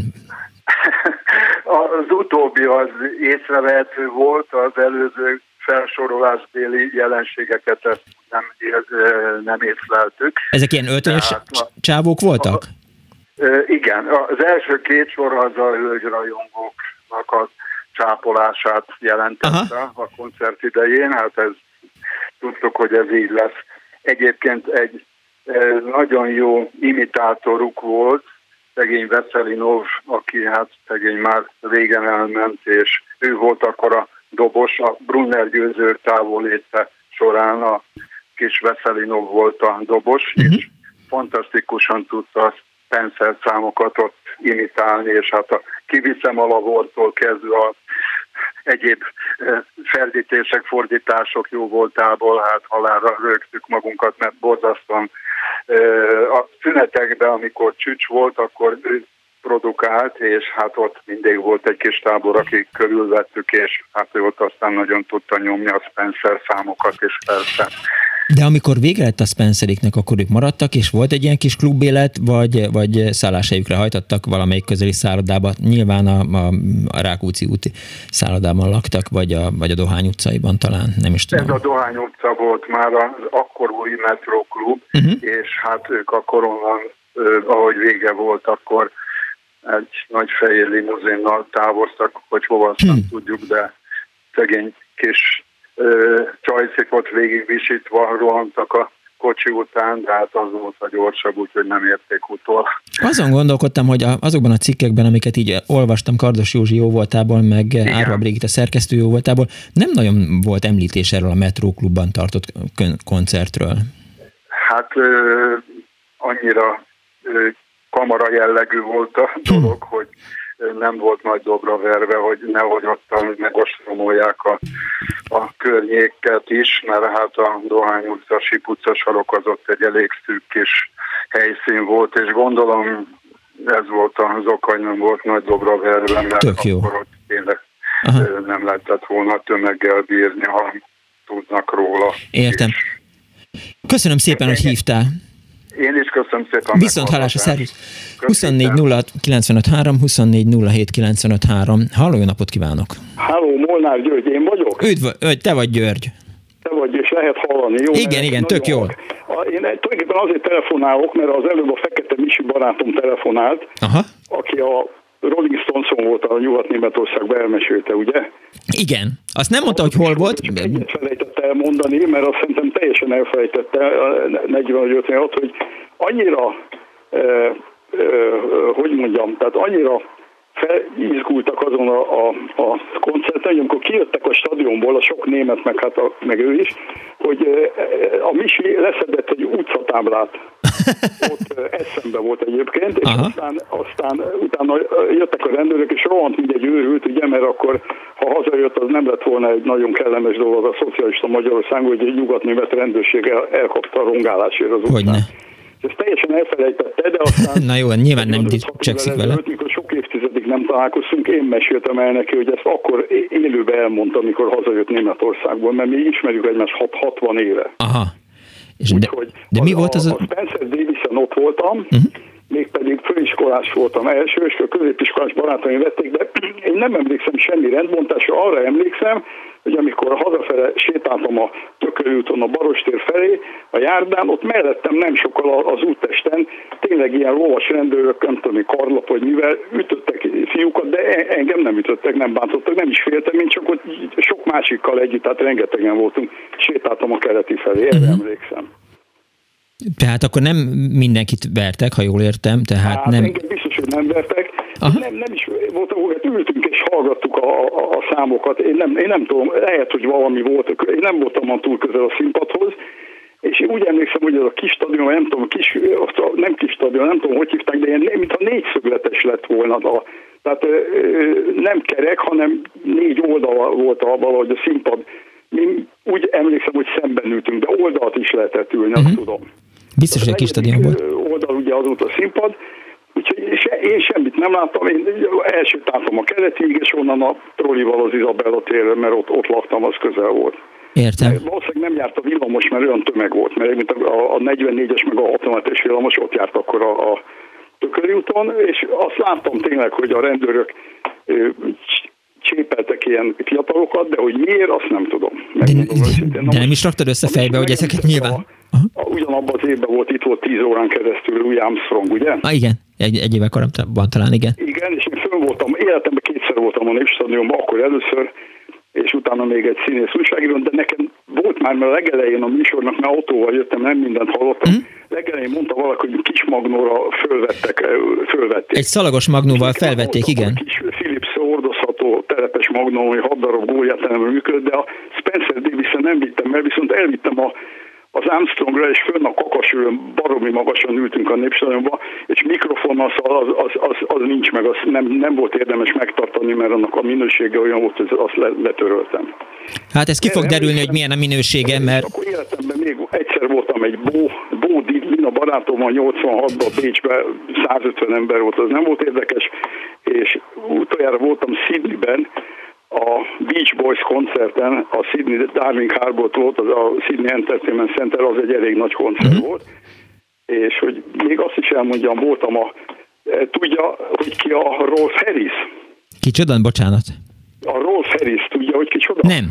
Az utóbbi az észrevehető volt, az előző felsorolásbéli jelenségeket ezt nem, nem észleltük. Ezek ilyen öltönyös Tehát, csávók voltak? A, igen, az első két sor az a hölgyrajongóknak a csápolását jelentette Aha. a koncert idején, hát ez tudtuk, hogy ez így lesz. Egyébként egy nagyon jó imitátoruk volt, szegény Veszelinov, aki hát szegény már régen elment, és ő volt akkor a dobos, a Brunner Győző távoléte során a kis Veszelinov volt a dobos, uh-huh. és fantasztikusan tudta a Spencer számokat ott imitálni, és hát a Kiviszem a labortól kezdve a egyéb ferdítések, fordítások jó voltából, hát halálra rögtük magunkat, mert borzasztóan a szünetekben, amikor csücs volt, akkor ő produkált, és hát ott mindig volt egy kis tábor, akik körülvettük, és hát ő ott aztán nagyon tudta nyomni a Spencer számokat, és persze. De amikor vége lett a Spenceréknek, akkor ők maradtak, és volt egy ilyen kis klubélet, vagy, vagy szálláshelyükre hajtattak valamelyik közeli szállodába? Nyilván a, a, a Rákóczi úti szállodában laktak, vagy a, vagy a Dohány utcaiban talán, nem is tudom. Ez a Dohány utca volt már az akkor új Metro Klub, uh-huh. és hát ők akkor onnan, ahogy vége volt, akkor egy nagy fehér limuzinnal távoztak, hogy hova azt nem hmm. tudjuk, de szegény kis ö, csajszikot végigvisítva rohantak a kocsi után, de hát az volt a gyorsabb, úgyhogy nem érték utol. Azon gondolkodtam, hogy azokban a cikkekben, amiket így olvastam Kardos Józsi jóvoltából, meg Árva Brigitta szerkesztő jóvoltából, nem nagyon volt említés erről a Metro Klubban tartott koncertről. Hát ö, annyira ö, kamara jellegű volt a dolog, hmm. hogy nem volt nagy dobra verve, hogy nehogy ottan megostromolják a, a környéket is, mert hát a Dohány utca, Sip utca sarok az ott egy elég szűk kis helyszín volt, és gondolom ez volt az oka, hogy nem volt nagy dobra verve, mert Tök jó. akkor ott tényleg Aha. nem lehetett volna tömeggel bírni, ha tudnak róla. Értem. Köszönöm szépen, hogy hívtál. Én is köszönöm szépen. Viszont hallásra, szervusz. huszonnégy nulla kilencvenöt három, huszonnégy nulla hét kilencvenöt három. Halló, jó napot kívánok! Halló, Molnár György, én vagyok? Üdv, te vagy György. Te vagy, és lehet hallani, jó? Igen, igen, tök jól. Én tulajdonképpen azért telefonálok, mert az előbb a Fekete Misi barátom telefonált, Aha. aki a Rolling Stones-on stadion volt, a Nyugat-Németországban elmesélte, ugye? Igen. Azt nem mondta, hogy hol volt. Egyet felejtett elmondani, mert azt szerintem teljesen elfelejtette negyven vagy ötvenhat, hogy annyira, eh, eh, hogy mondjam, tehát annyira felizgultak azon a, a, a koncerten, amikor kijöttek a stadionból, a sok német, meg, hát a, meg ő is, hogy a Misi leszedett egy utcatáblát. Ott eszembe volt egyébként, és aztán, aztán utána jöttek a rendőrök, és rohant mindegy őrült, ugye, mert akkor, ha hazajött, az nem lett volna egy nagyon kellemes dolog a szocialista Magyarország, hogy egy nyugatnémet rendőrség el, elkapta a rongálásért az utcán. Hogyne. Ezt teljesen elfelejtette, de aztán... Na jó, nyilván nem csökszik vele. Mikor sok évtizedig nem találkoztunk, én meséltem el neki, hogy ezt akkor élőben elmondta, amikor hazajött Németországból, mert mi ismerjük egymást hatvan éve. Aha. És de, de mi a, volt az a... A Spencer Davisen ott voltam, uh-huh. mégpedig főiskolás voltam első, és a középiskolás barátaim vették, de én nem emlékszem semmi rendbontásra, arra emlékszem, hogy amikor hazafele sétáltam a Tökölúton a Barostér felé, a járdán, ott mellettem nem sokkal az úttesten tényleg ilyen lovas rendőrök, nem tudom, karlap, vagy mivel ütöttek fiúkat, de engem nem ütöttek, nem bántottak, nem is féltem, én csak ott sok másikkal együtt, tehát rengetegen voltunk, sétáltam a keleti felé, erre uh-huh. emlékszem. Tehát akkor nem mindenkit vertek, ha jól értem, tehát hát nem... engem biztos, hogy nem vertek. Nem, nem is volt, ahol ültünk és hallgattuk a, a, a számokat. Én nem, én nem tudom, lehet, hogy valami volt. Én nem voltam túl közel a színpadhoz, és én úgy emlékszem, hogy az a kis stadion, nem tudom, kis, nem kis stadion, nem tudom, hogy hívták, de ilyen, mintha négyszögletes lett volna. A, tehát nem kerek, hanem négy oldala volt a, valahogy a színpad. Én úgy emlékszem, hogy szemben ültünk, de oldalt is lehetett ülni, uh-huh. azt tudom. Biztos, hogy egy kis stadion volt. Oldal ugye az volt a színpad, úgyhogy én semmit nem láttam, én elsétáltam a keletig, és onnan a trollival az Izabella térre, mert ott, ott laktam, az közel volt. Értem. Valószínűleg nem járt a villamos, mert olyan tömeg volt, mert mint a, a negyvennégyes meg a hatvanhetes villamos ott járt akkor a, a Tököli úton, és azt láttam tényleg, hogy a rendőrök csépeltek ilyen fiatalokat, de hogy miért, azt nem tudom. De, de, de nem is raktad össze fejbe, hogy ezeket nyilván... A, ugyanabban az évben volt, itt volt tíz órán keresztül Louis Armstrong, ugye? Ah, igen, egy, egy éve korábban talán, igen. Igen, és én fönn voltam, életemben kétszer voltam a Népstadionban, akkor először, és utána még egy színész újságíró, de nekem volt már, mert legelején a műsornak, mert autóval jöttem, nem mindent hallottam, mm. legelején mondta valaki, hogy kis magnóra fölvettek, fölvették. Egy szalagos magnóval felvették, igen. Kis Philips hordozható telepes magnó, hogy hat darab gólját nem működött, de a Spencer Davisen nem vittem el, viszont elvittem a az Armstrongra, és fönn a kakasülön baromi magasan ültünk a Népstadionban, és mikrofonnal az, az, az, az nincs meg, az nem, nem volt érdemes megtartani, mert annak a minősége olyan volt, hogy azt letöröltem. Hát ez ki fog derülni, hogy milyen a minősége, mert... Akkor életemben még egyszer voltam egy Bó, Bó Didlin, a barátommal nyolcvanhatban Bécsben százötven ember volt, az nem volt érdekes, és utoljára voltam Sydneyben, a Beach Boys koncerten, a Sydney Darling Harbour volt, az a Sydney Entertainment Center, az egy elég nagy koncert mm-hmm. volt, és hogy még azt is elmondjam, voltam a, tudja, hogy ki a Rolf Harris? Kicsoda? Bocsánat. A Rolf Harris, tudja, hogy kicsoda? Nem.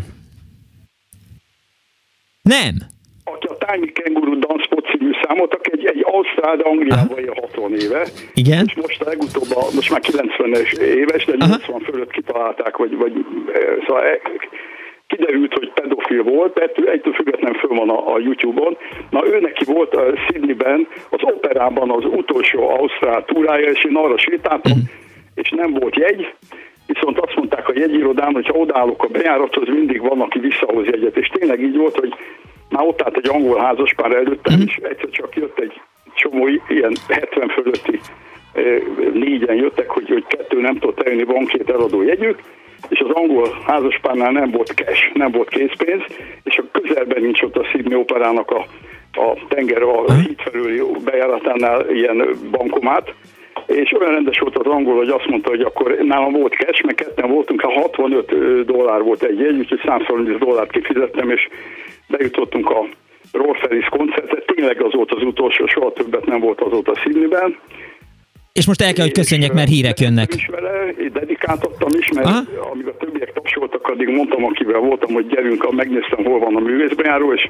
Nem. Aki a Tiny Kangaroo Dance Pot című számot, aki egy, egy ausztrál, de Angliában él hatvan éve. Igen. És most a legutóbb, a, most már kilencvenes éves, de nyolcvan Aha. fölött kitalálták, vagy, vagy szóval kiderült, hogy pedofil volt, ettől, ettől függetlenül föl van a, a YouTube-on. Na ő neki volt a Sydneyben, az operában az utolsó ausztrál túrája, és én arra sétáltam, uh-huh. és nem volt jegy, viszont azt mondták a jegyirodán, hogy ha odállok a bejárathoz, mindig van, aki visszahoz jegyet, és tényleg így volt, hogy már ott állt egy angol házaspár előttem, mm. és egyszer csak jött egy csomó ilyen hetven fölötti négyen jöttek, hogy, hogy kettő nem tudott eljönni, van két eladó jegyük, és az angol házaspárnál nem volt cash, nem volt készpénz, és a közelben nincs ott a Sydney Operának a, a tenger, a híd felüli bejáratánál ilyen bankomát, és olyan rendes volt az angol, hogy azt mondta, hogy akkor nálam volt cash, meg ketten voltunk, hát hatvanöt dollár volt egy jegy, úgyhogy százharminc dollárt kifizettem, és bejutottunk a Rolf Harris koncertre, tényleg az volt az utolsó, soha többet nem volt azóta Sydneyben. És most el kell, hogy köszönjek, mert hírek jönnek. Is vele, én dedikáltattam is, mert Aha. amíg a többiek tapsoltak, addig mondtam, akivel voltam, hogy gyerünk, megnéztem, hol van a művészbejáró, és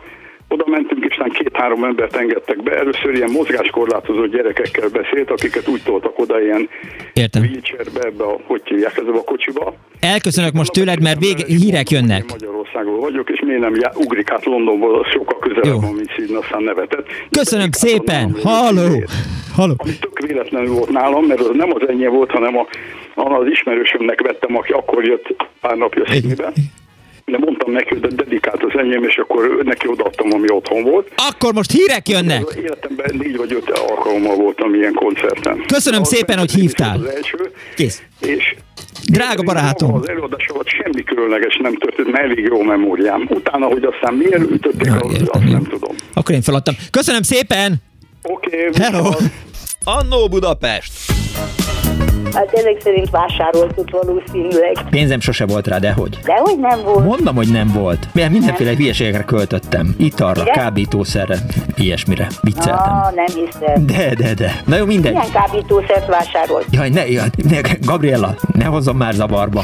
Oda mentünk, és nem két-három embert engedtek be. Először ilyen mozgáskorlátozott gyerekekkel beszélt, akiket úgy toltak oda ilyen wheelchairbe, ebbe a, hogy hívják, ezzel a kocsiba. Elköszönök most tőled, mert vég, hírek jönnek. Én Magyarországról vagyok, és miért nem já, ugrik át Londonból, az sokkal közelebb van, mint Sydney, aztán nevetett. Köszönöm szépen! Halló! Halló! Ami tök véletlenül volt nálam, mert az nem az enyém volt, hanem a, az ismerősömnek vettem, aki akkor jött pár napja Sydneybe. De mondtam neki, hogy dedikált az enyém, és akkor neki odaadtam, ami otthon volt. Akkor most hírek jönnek! Az életemben négy vagy öt alkalommal voltam ilyen koncerten. Köszönöm az szépen, hogy hívtál. Az első, Kész. És drága barátom! Az előadás alatt semmi különleges nem történt, mert elég jó memóriám. Utána, hogy aztán miért ütötték, ja, az, azt nem tudom. Akkor én feladtam. Köszönöm szépen! Oké. Okay, hello! Annó Budapest! Hát ezek szerint vásároltuk valószínűleg. Pénzem sose volt rá, dehogy? Dehogy nem volt. Mondom, hogy nem volt. Mert mindenféle hülyeségekre költöttem. Italra, igen? Kábítószerre, ilyesmire. Vicceltem. Ah, nem hiszem. De, de, de. Na jó, mindegy. Milyen kábítószert vásárolt? Jaj, ne, jaj, ne, Gabriella, ne hozzon már zavarba.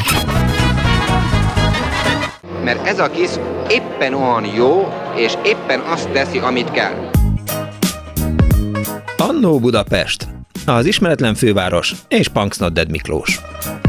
Mert ez a kis éppen olyan jó, és éppen azt teszi, amit kell. Annó Budapest, az ismeretlen főváros és Punks Not Dead Miklós.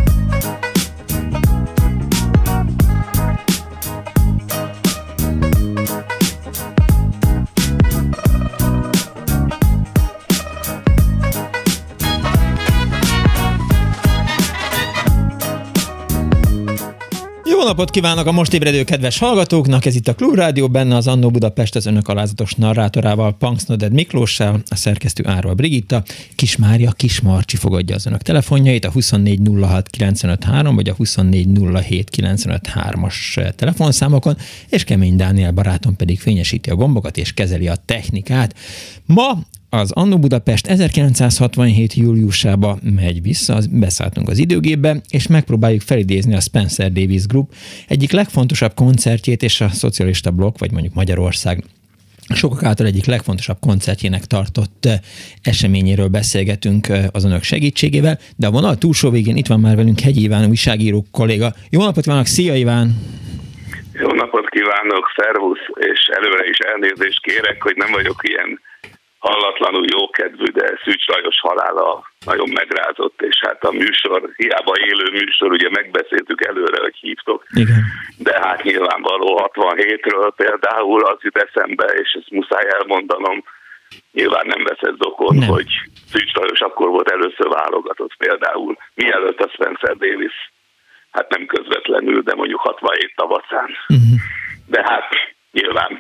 Jó napot kívánok a most ébredő kedves hallgatóknak, ez itt a Klubrádió, benne az Annó Budapest az önök alázatos narrátorával, Punks Not Dead Miklóssal, a szerkesztő Árva Brigitta, Kis Mária, Kis Marcsi fogadja az önök telefonjait, a huszonnégy nulla hat kilencvenöt három vagy a huszonnégy nulla hét kilencvenöt hármas telefonszámokon, és Kemény Dániel barátom pedig fényesíti a gombokat és kezeli a technikát. Ma az Annó Budapest ezerkilencszázhatvanhét júliusába megy vissza, beszálltunk az időgépbe, és megpróbáljuk felidézni a Spencer Davis Group egyik legfontosabb koncertjét, és a szocialista blokk, vagy mondjuk Magyarország sokak által egyik legfontosabb koncertjének tartott eseményéről beszélgetünk az önök segítségével, de a vonal túlsó végén itt van már velünk Hegyi Iván, újságíró kolléga. Jó napot kívánok, szia Iván! Jó napot kívánok, szervusz, és előre is elnézést kérek, hogy nem vagyok ilyen hallatlanul jókedvű, de Szűcs Lajos halála nagyon megrázott, és hát a műsor, hiába élő műsor, ugye megbeszéltük előre, hogy hívtok, igen. De hát nyilvánvaló hatvanhétről például az jut eszembe, és ezt muszáj elmondanom, nyilván nem veszed zokon, nem. Hogy Szűcs Lajos akkor volt először válogatott például, mielőtt a Spencer Davis, hát nem közvetlenül, de mondjuk hatvanhét tavaszán. Uh-huh. De hát nyilván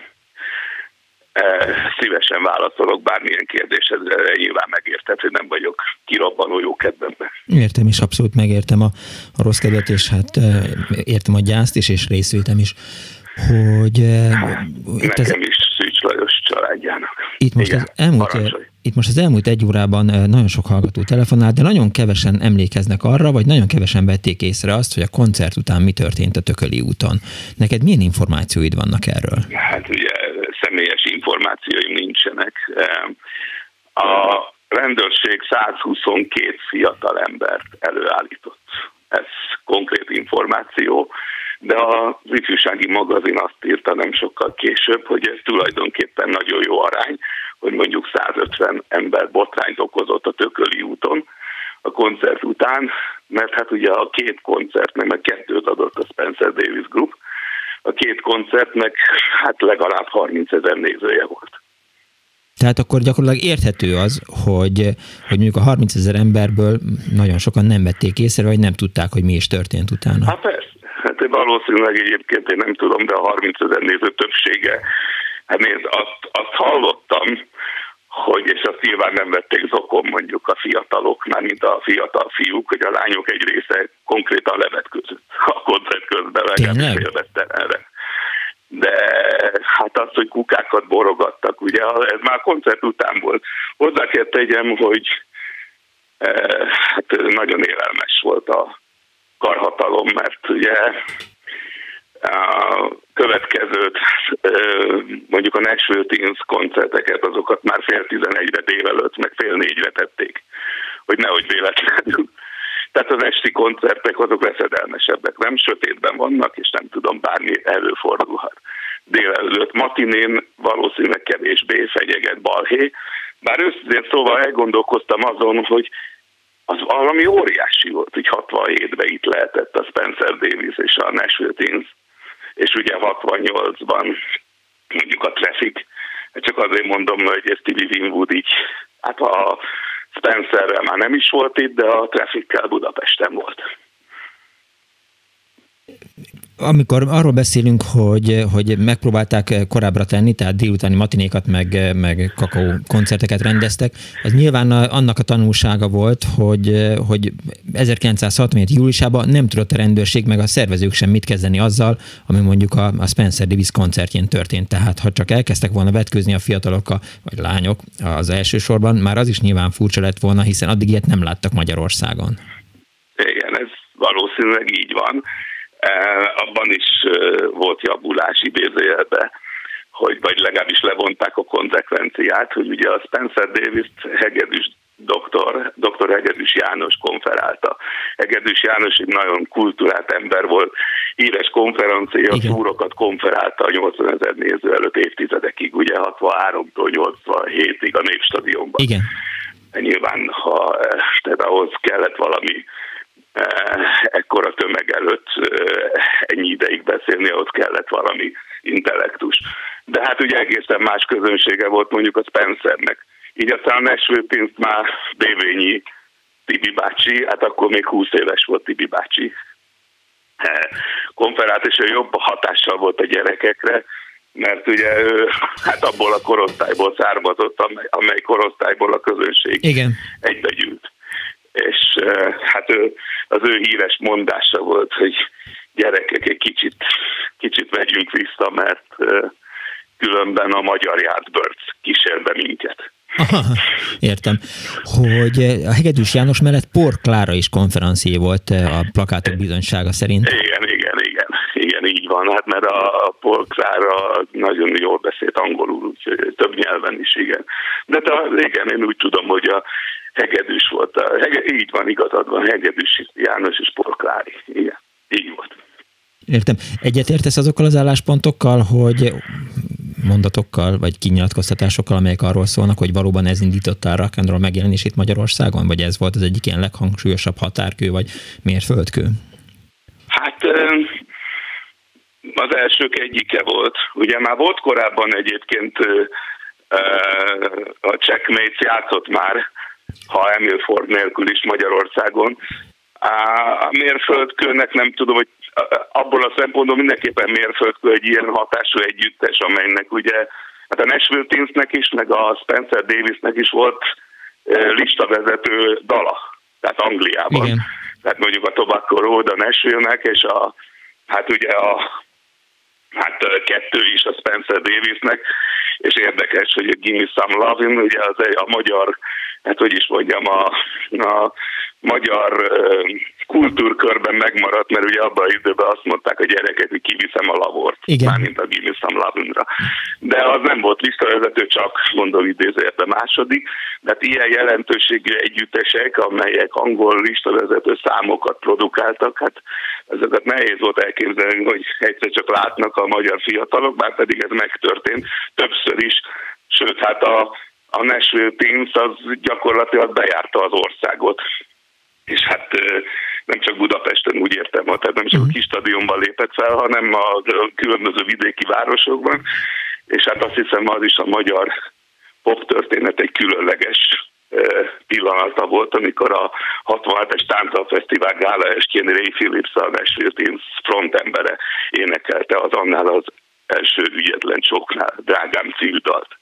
szívesen válaszolok bármilyen kérdésedre, nyilván megérted, hogy nem vagyok kirabbanó jó kedvemben. Értem, és abszolút megértem a, a rossz kedvet, és hát értem a gyászt is, és részvétem is, hogy... Nekem ez... is Szűcs Lajos családjának. Itt most, igen, az elmúlt, itt most az elmúlt egy órában nagyon sok hallgató telefonált, de nagyon kevesen emlékeznek arra, vagy nagyon kevesen vették észre azt, hogy a koncert után mi történt a Tököli úton. Neked milyen információid vannak erről? Hát ugye személyes információim nincsenek. A rendőrség százhuszonkét fiatal embert előállított. Ez konkrét információ, de az ifjúsági magazin azt írta nem sokkal később, hogy ez tulajdonképpen nagyon jó arány, hogy mondjuk százötven ember botrányt okozott a Tököli úton a koncert után, mert hát ugye a két koncertnek, meg kettőt adott a Spencer Davis Group, a két koncertnek hát legalább harmincezer nézője volt. Tehát akkor gyakorlatilag érthető az, hogy, hogy mondjuk a harmincezer emberből nagyon sokan nem vették észre, vagy nem tudták, hogy mi is történt utána. Hát persze. Hát valószínűleg egyébként én nem tudom, de a harmincezer néző többsége, hát nézd, azt, azt hallottam, hogy, és azt nyilván nem vették zokon mondjuk a fiataloknál, mint a fiatal fiúk, hogy a lányok egy része konkrétan levetközött a koncert közben, legalábbis félvettem erre. De hát az, hogy kukákat borogattak, ugye ez már koncert után volt. Hozzá kell tegyem, hogy eh, hát nagyon élelmes volt a karhatalom, mert ugye a következőt, mondjuk a Nashville Teens koncerteket, azokat már fél tizenegyre délelőtt, meg fél négyre tették, hogy nehogy véletlenül. Tehát az esti koncertek azok veszedelmesebbek, nem sötétben vannak, és nem tudom, bármi előfordulhat. délelőtt matinén valószínűleg kevésbé fenyeget balhé. Bár őszintén szóval elgondolkoztam azon, hogy az valami óriási volt, hogy hatvanhétben itt lehetett a Spencer Davis és a Nashville Teens, és ugye hatvannyolcban mondjuk a Traffic. Csak azért mondom, hogy Stevie Winwood így, hát a Spencerrel már nem is volt itt, de a Traffickel Budapesten volt. Amikor arról beszélünk, hogy, hogy megpróbálták korábbra tenni, tehát délutáni matinékat, meg, meg kakaó koncerteket rendeztek, az nyilván annak a tanulsága volt, hogy, hogy ezerkilencszázhatvanhét júliusában nem tudott a rendőrség meg a szervezők sem mit kezdeni azzal, ami mondjuk a, a Spencer Davis koncertjén történt. Tehát ha csak elkezdtek volna vetkőzni a fiatalok, a, vagy lányok az elsősorban, már az is nyilván furcsa lett volna, hiszen addig ilyet nem láttak Magyarországon. Igen, ez valószínűleg így van. Abban is volt javulás idézőjelben, hogy vagy legalábbis levonták a konzekvenciát, hogy ugye a Spencer Davis-t Hegedűs doktor, doktor Hegedűs János konferálta. Hegedűs János egy nagyon kulturált ember volt, híres konferencia, túrokat konferálta a nyolcvanezer néző előtt évtizedekig, ugye hatvanháromtól nyolcvanhétig a Népstadionban. Igen. Nyilván, ha tehát ahhoz kellett valami ekkora tömeg előtt ennyi ideig beszélni, ahhoz kellett valami intellektus. De hát ugye egészen más közönsége volt mondjuk a Spencernek. Így aztán a Nashville Teens már Dévényi Tibi bácsi, hát akkor még húsz éves volt Tibi bácsi. Konferált, és ő jobb hatással volt a gyerekekre, mert ugye ő hát abból a korosztályból származott, amely korosztályból a közönség Igen. egybegyűlt. És hát ő, az ő híres mondása volt, hogy gyerekek, egy kicsit, kicsit vegyünk vissza, mert különben a magyar Yardbirds kísér be minket. Aha, értem. Hogy a Hegedűs János mellett Por Klára is konferencié volt a plakátok bizonysága szerint. Igen, igen, igen. Igen, így van. Hát mert a Por Klára nagyon jól beszélt angolul, úgyhogy több nyelven is, igen. De te, igen, én úgy tudom, hogy a Hegedűs volt. A, Hege, így van, igazad van, Hegedűs János és Por Klári. Igen, így volt. Értem. Egyet értesz azokkal az álláspontokkal, hogy mondatokkal, vagy kinyilatkoztatásokkal, amelyek arról szólnak, hogy valóban ez indította a rock and roll megjelenését Magyarországon, vagy ez volt az egyik ilyen leghangsúlyosabb határkő, vagy mérföldkő? Hát az elsők egyike volt. Ugye már volt korábban egyébként a Checkmates játszott már, ha Emil Ford nélkül is Magyarországon. A mérföldkőnek nem tudom, hogy abból a szempontból mindenképpen mérföldkő egy ilyen hatású együttes, amelynek ugye, hát a Nashville Teensnek is, meg a Spencer Davisnek is volt listavezető dala, tehát Angliában. Igen. Tehát mondjuk a Tobacco Road a Nashville-nek, és a, hát ugye a hát kettő is a Spencer Davisnek, és érdekes, hogy a Gimme Some Lovin', ugye az egy, a magyar, hát hogy is mondjam, a, a magyar uh, kultúrkörben megmaradt, mert ugye abban az időben azt mondták a gyerekek, hogy kiviszem a lavort, mármint a Gimme Some Lovin'-ra. De az nem volt listavezető, csak mondom idézőjelben második, de hát ilyen jelentőségű együttesek, amelyek angol listavezető számokat produkáltak, hát ezeket nehéz volt elképzelni, hogy egyszer csak látnak a magyar fiatalok, bár pedig ez megtörtént többször is, sőt, hát a, a Nashville Teens az gyakorlatilag bejárta az országot. És hát nem csak Budapesten, úgy értem, tehát nem csak a kis stadionban lépett fel, hanem a különböző vidéki városokban, és hát azt hiszem az is a magyar poptörténet egy különleges pillanata volt, amikor a hatvanhetes Táncdalfesztivál gála estjén Ray Phillips, a Nashville Teens frontembere énekelte az annál az első ügyetlen csóknál Drágám című dalt.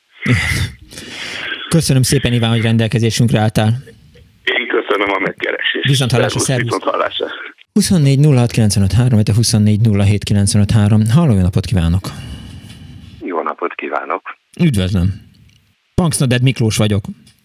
Köszönöm szépen, Iván, hogy rendelkezésünkre álltál. Én köszönöm a megkeresést. Viszont hallásra, szervusz. Viszont hallásra. huszonnégy nulla hat kilencvenöt három, vagy huszonnégy nulla hét kilencvenöt három. Halló, jó napot kívánok! Jó napot kívánok! Üdvözlöm! Punksnodded Miklós vagyok.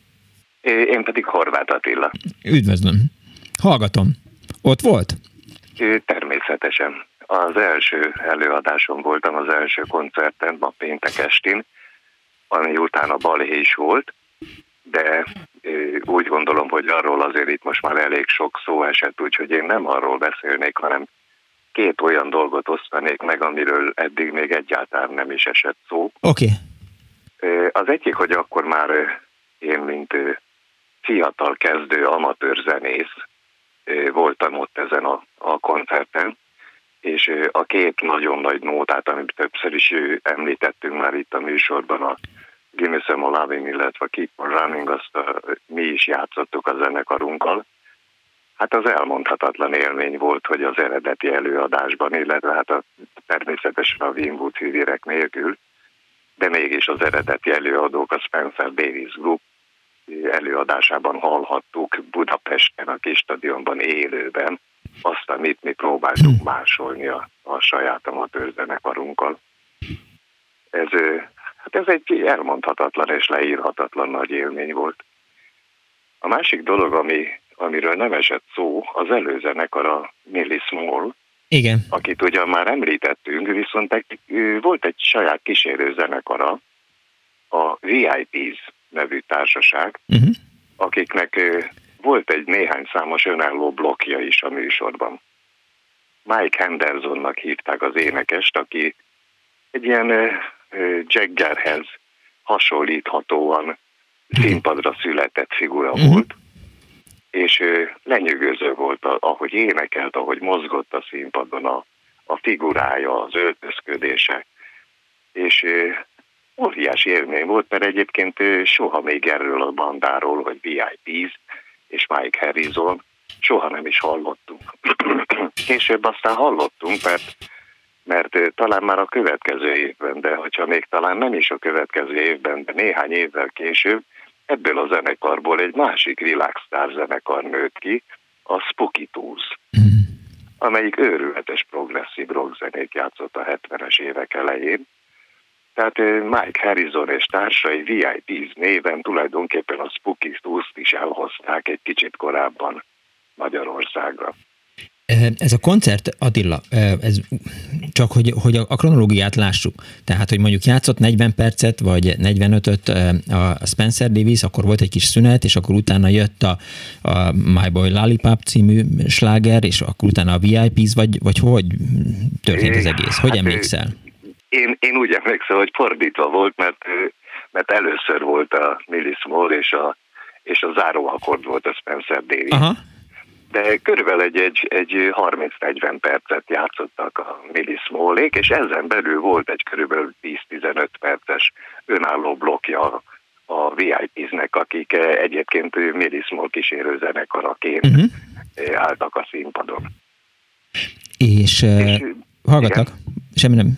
Én pedig Horváth Attila. Üdvözlöm! Hallgatom. Ott volt? Természetesen. Az első előadáson voltam, az első koncerten, ma péntek estén, ami utána balhé is volt, de úgy gondolom, hogy arról azért itt most már elég sok szó esett, úgyhogy én nem arról beszélnék, hanem két olyan dolgot osztanék meg, amiről eddig még egyáltalán nem is esett szó. Oké. Okay. Az egyik, hogy akkor már én, mint fiatal kezdő amatőr zenész voltam ott ezen a, a koncerten, és a két nagyon nagy nótát, amit többször is említettünk már itt a műsorban, a Give Me Some Loving, illetve a Keep on Running, azt a, mi is játszottuk a zenekarunkkal. Hát az elmondhatatlan élmény volt, hogy az eredeti előadásban, illetve hát a, természetesen a Winwood fivérek nélkül, de mégis az eredeti előadók, a Spencer Davis Group előadásában hallhattuk Budapesten, a kis stadionban élőben azt, amit mi próbáltuk másolni a, a saját amatőr zenekarunkkal. Ez, hát ez egy elmondhatatlan és leírhatatlan nagy élmény volt. A másik dolog, ami, amiről nem esett szó, az előzenekar a Millie Small, igen, akit ugyan már említettünk, viszont egy, volt egy saját kísérő zenekara, a V I Ps nevű társaság, uh-huh. akiknek volt egy néhány számos önálló blokkja is a műsorban. Mike Hendersonnak hívták az énekest, aki egy ilyen Jaggerhez hasonlíthatóan színpadra született figura uh-huh. volt, és lenyűgöző volt, ahogy énekelt, ahogy mozgott a színpadon a, a figurája, az öltözködése, és óriási élmény volt, mert egyébként soha még erről a bandáról, hogy V I Ps és Mike Harrison soha nem is hallottunk. Később aztán hallottunk, mert, mert talán már a következő évben, de hogyha még talán nem is a következő évben, de néhány évvel később, ebből a zenekarból egy másik világsztár zenekar nőtt ki, a Spooky Tools, amelyik őrületes progresszív rockzenét játszott a hetvenes évek elején. Tehát Mike Harrison és társai V I Ps néven tulajdonképpen a Spooky Tools-t is elhozták egy kicsit korábban Magyarországra. Ez a koncert, Attila, ez csak hogy, hogy a kronológiát lássuk. Tehát, hogy mondjuk játszott negyven percet, vagy negyvenötöt a Spencer Davis, akkor volt egy kis szünet, és akkor utána jött a, a My Boy Lollipop című sláger, és akkor utána a V I Ps, vagy, vagy hogy történt az egész? Hogy hát emlékszel? Én, én úgy emlékszem, hogy fordítva volt, mert, mert először volt a Millie Small, és a, és a záróakkord volt a Spencer Davis. Aha. De körülbelül egy, egy, egy harminc-negyven percet játszottak a Millie Smallék, és ezen belül volt egy körülbelül tíz-tizenöt perces önálló blokkja a V I Ps-nek, akik egyébként Millie Small kísérő zenekaraként uh-huh. álltak a színpadon. És, és hallgatlak? Igen. Semmi nem.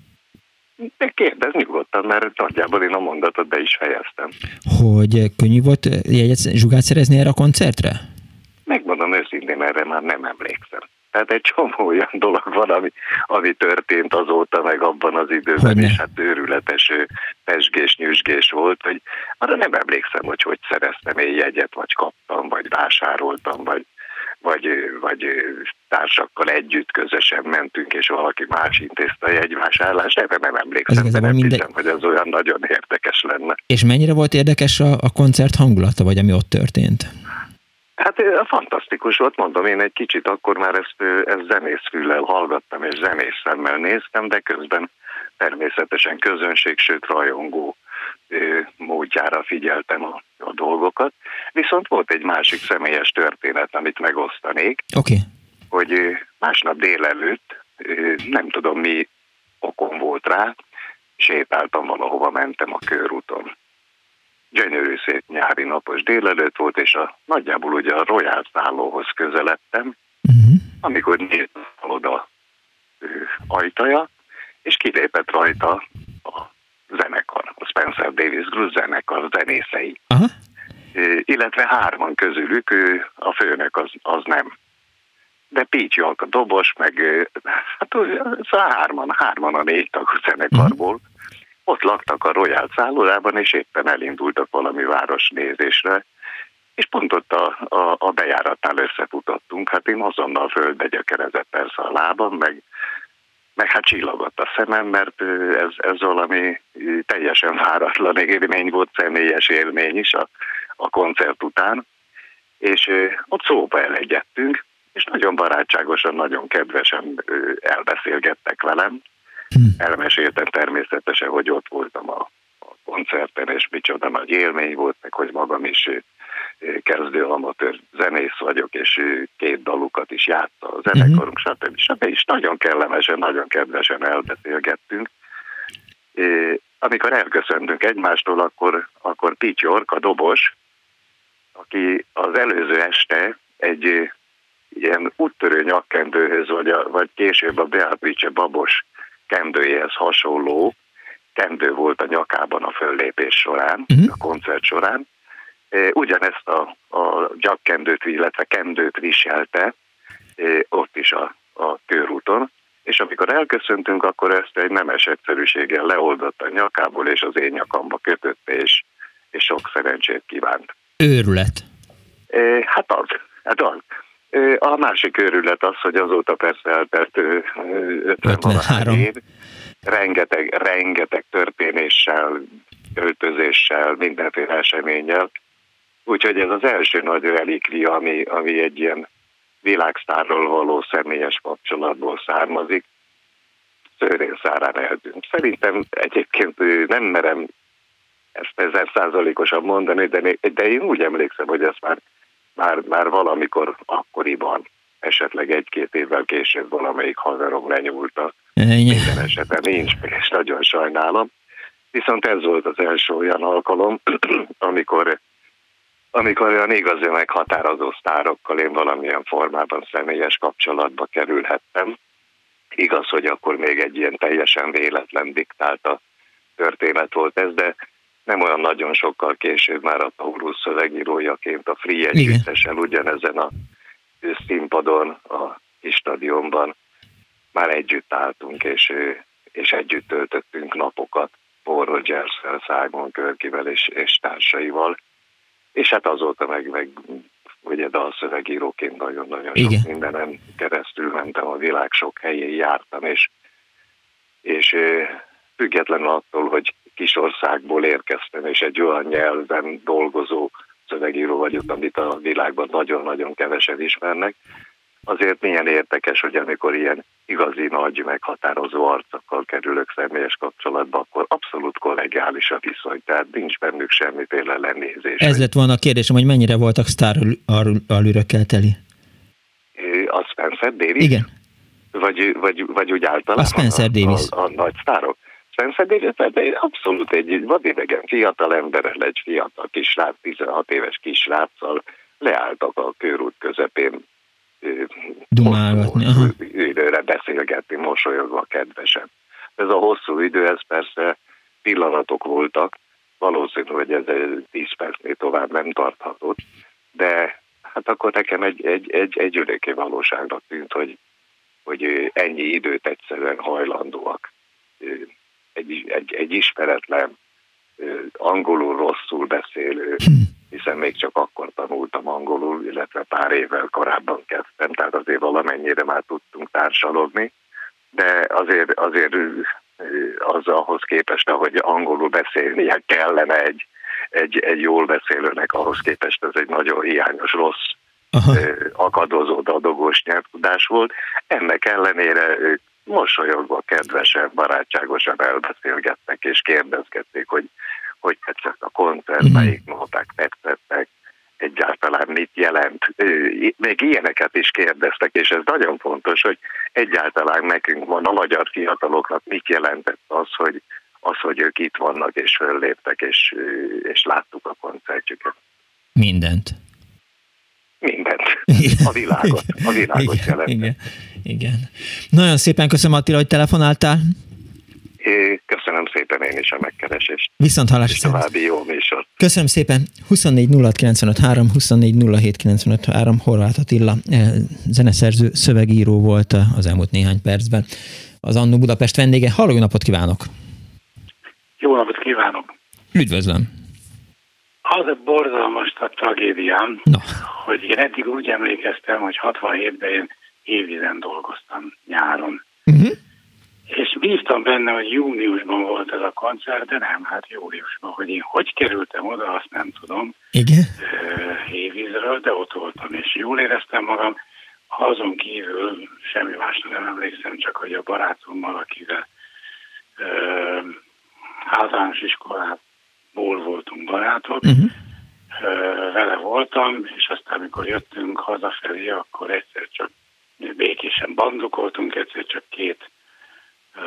De kérdezz nyugodtan, mert nagyjából én a mondatot be is fejeztem. Hogy könnyű volt jegyet, zsugát szerezni erre a koncertre? Megmondom őszintén, erre már nem emlékszem. Tehát egy csomó olyan dolog van, ami, ami történt azóta, meg abban az időben, Hogyne. és hát őrületes pesgés-nyüzsgés volt, hogy arra nem emlékszem, hogy hogy szereztem én jegyet, vagy kaptam, vagy vásároltam, vagy, vagy, vagy társakkal együtt közösen mentünk, és valaki más intézte a jegyvásárlást, erre nem emlékszem, de nem minden... hiszem, hogy ez olyan nagyon érdekes lenne. És mennyire volt érdekes a, a koncert hangulata, vagy ami ott történt? Hát fantasztikus volt, mondom, én egy kicsit akkor már ezt, ezt zenészfüllel hallgattam, és zenészszemmel néztem, de közben természetesen közönség, sőt rajongó módjára figyeltem a, a dolgokat. Viszont volt egy másik személyes történet, amit megosztanék, okay. hogy másnap délelőtt, nem tudom mi okom volt rá, sétáltam valahova, mentem a körúton. Gyönyörű szép nyári napos délelőtt volt, és a, nagyjából ugye a Royal szállóhoz közeledtem, uh-huh. amikor nyílt oda ő, ajtaja, és kilépett rajta a zenekar, a Spencer Davis Group zenekar zenészei. Uh-huh. É, illetve hárman közülük, ő, a főnök az, az nem. De Pete York a dobos, meg hát szóval hárman, hárman a négy tagú zenekarból. Uh-huh. Ott laktak a Royal szállodában, és éppen elindultak valami városnézésre, és pont ott a, a, a bejáratnál összefutottunk. Hát én azonnal földbe gyökerezett persze a lábam, meg, meg hát csillogott a szemem, mert ez, ez valami teljesen váratlan élmény volt, személyes élmény is a, a koncert után. És ott szóba elegyedtünk, és nagyon barátságosan, nagyon kedvesen elbeszélgettek velem. Elmeséltem természetesen, hogy ott voltam a, a koncerten, és micsoda nagy élmény volt, meg hogy magam is kezdő amatőr zenész vagyok, és két dalukat is játsza a zenekarunk, stb. stb. És nagyon kellemesen, nagyon kedvesen elbeszélgettünk. Amikor elköszöntünk egymástól, akkor, akkor Pityork, a dobos, aki az előző este egy ilyen úttörő nyakkendőhöz, vagy, a, vagy később a Beatrice Babos kendőjéhez hasonló kendő volt a nyakában a föllépés során, uh-huh. a koncert során. Ugyanezt a, a nyakkendőt, illetve kendőt viselte ott is a, a körúton, és amikor elköszöntünk, akkor ezt egy nemes egyszerűséggel leoldott a nyakából, és az én nyakamba kötötte, és, és sok szerencsét kívánt. Őrület. Hát az, hát az. A másik őrület az, hogy azóta persze eltelt ötven év, rengeteg, rengeteg történéssel, költözéssel, mindenféle eseménnyel. Úgyhogy ez az első nagy relikvia, ami, ami egy ilyen világsztárról való személyes kapcsolatból származik. Szőrén szárán eltűnt. Szerintem egyébként nem merem ezt ezer százalékosan mondani, de, de én úgy emlékszem, hogy ezt már, már, már valamikor akkoriban, esetleg egy-két évvel később valamelyik haverom lenyúlta. Minden esetben nincs, és nagyon sajnálom. Viszont ez volt az első olyan alkalom, amikor, amikor olyan igazi meghatározó sztárokkal én valamilyen formában személyes kapcsolatba kerülhettem. Igaz, hogy akkor még egy ilyen teljesen véletlen diktálta történet volt ez, de nem olyan nagyon sokkal később már a Taurus szövegírójaként a Free együttessel ugyanezen a színpadon, a kis stadionban már együtt álltunk, és, és együtt töltöttünk napokat Paul Rogers-szel, Simon Körkivel és, és társaival, és hát azóta meg, meg ugye dalszövegíróként nagyon-nagyon sok Igen. mindenen keresztül mentem, a világ sok helyén jártam, és, és függetlenül attól, hogy kis országból érkeztem, és egy olyan nyelven dolgozó szövegíró vagyok, amit a világban nagyon-nagyon kevesen ismernek, azért milyen érdekes, hogy amikor ilyen igazi nagy, meghatározó arcokkal kerülök személyes kapcsolatba, akkor abszolút kollegiális a viszony, tehát nincs bennük semmiféle lenézés. Ez lett volna a kérdésem, hogy mennyire voltak sztárallűrökkel teli? A Spencer Davis? Igen. Vagy, vagy, vagy úgy általában a Spencer Davis. A, a, a nagy sztárok. Spencer Davis abszolút egy vadidegen fiatal emberrel, egy fiatal kisrác, tizenhat éves kisráccal leálltak a körút közepén dumálgatni, időre beszélgetni, mosolyogva kedvesen. Ez a hosszú idő, ez persze pillanatok voltak, valószínű, hogy ez tíz percnél tovább nem tarthatott, de hát akkor nekem egy, egy, egy, egy örökké valóságnak tűnt, hogy, hogy ennyi időt egyszerűen hajlandóak egy, egy, egy ismeretlen, angolul rosszul beszélő, hiszen még csak akkor tanultam angolul, illetve pár évvel korábban kezdtem, tehát azért valamennyire már tudtunk társalogni, de azért, azért az ahhoz képest, ahogy angolul beszélnie kellene egy, egy, egy jól beszélőnek, ahhoz képest ez egy nagyon hiányos, rossz, Aha. akadozó, dadogós nyelvtudás volt. Ennek ellenére ők mosolyogva, kedvesen, barátságosan elbeszélgettek és kérdezgették, hogy hogy tetszett a koncert, uh-huh. melyik nóták tetszettek, egyáltalán mit jelent. Még ilyeneket is kérdeztek, és ez nagyon fontos, hogy egyáltalán nekünk van, a magyar fiataloknak mit jelentett az, hogy, az, hogy ők itt vannak, és fölléptek, és, és láttuk a koncertjüket. Mindent. Mindent. A világot. A világot igen, jelentett. Igen, igen. Nagyon szépen köszönöm, Attila, hogy telefonáltál. Köszönöm szépen én is a megkeresést. Viszont hallásra. További jó műsor. Köszönöm szépen. huszonnégy nulla hat kilencvenöt három, huszonnégy nulla hét kilencvenöt három, Horváth Attila zeneszerző, szövegíró volt az elmúlt néhány percben. Az Annó Budapest vendége. Halló, jó napot kívánok! Jó napot kívánok! Üdvözlöm! Az a borzalmas a tragédiám, no. hogy én eddig úgy emlékeztem, hogy hatvanhétben én évvizen dolgoztam nyáron. Uh-huh. És bíztam benne, hogy júniusban volt ez a koncert, de nem, hát júliusban. Hogy én hogy kerültem oda, azt nem tudom. Igen? Hévízről, de ott voltam, és jól éreztem magam. azon kívül semmi másra nem emlékszem, csak hogy a barátommal, akivel ö, általános iskolából voltunk barátok, uh-huh. ö, vele voltam, és aztán amikor jöttünk hazafelé, akkor egyszer csak békésen bandukoltunk, egyszer csak két ö,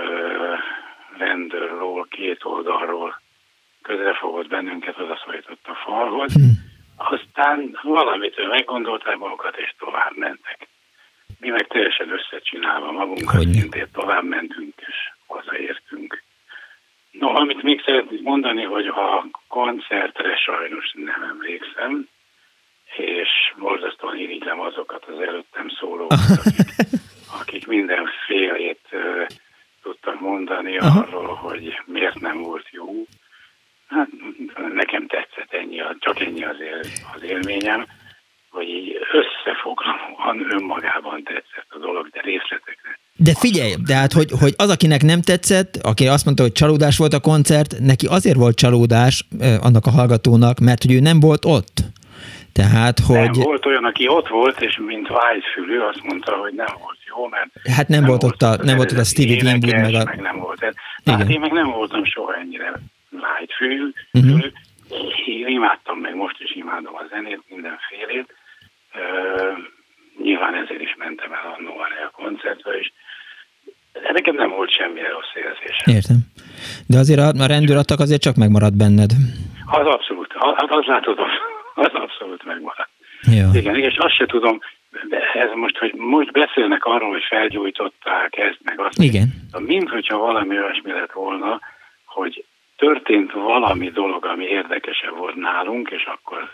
rendőrről, két oldalról közrefogott bennünket, odaszólított a falhoz. Uh-huh. Aztán valamitől meggondolták magukat, és tovább mentek. Mi meg teljesen összecsinálva magunkat, szintén tovább mentünk, és hazaértünk. No, amit még szeretnék mondani, hogy a koncertre sajnos nem emlékszem, és borzasztóan irigylem azokat az előttem szólókat, akik, akik mindenfélét uh, tudtak mondani Aha. arról, hogy miért nem volt jó. Hát nekem tetszett ennyi, csak ennyi az, él, az élményem, hogy így összefoglalóan önmagában tetszett a dolog, de részletekre. De figyelj, tehát, hogy, hogy az, akinek nem tetszett, aki azt mondta, hogy csalódás volt a koncert, neki azért volt csalódás annak a hallgatónak, mert hogy ő nem volt ott. Tehát, hogy... Nem, volt olyan, aki ott volt, és mint vágyfülű azt mondta, hogy nem volt jó, mert... Hát nem, nem volt ott a, nem volt ott a Stevie Winwood, meg a... meg nem volt. Hát én meg nem voltam soha ennyire vágyfülű. Uh-huh. Én imádtam, meg most is imádom a zenét, mindenfélét. Uh, nyilván ezért is mentem el annó a koncertre is. De nekem nem volt semmire rossz érzésem. Értem. De azért a, a rendőratak azért csak megmaradt benned. Az abszolút. Hát az látod, az abszolút megmaradt. Ja. Igen, és azt se tudom, ez most, hogy most beszélnek arról, hogy felgyújtották ezt, meg azt. Igen. Mint hogyha valami olyasmi lett volna, hogy történt valami dolog, ami érdekesebb volt nálunk, és akkor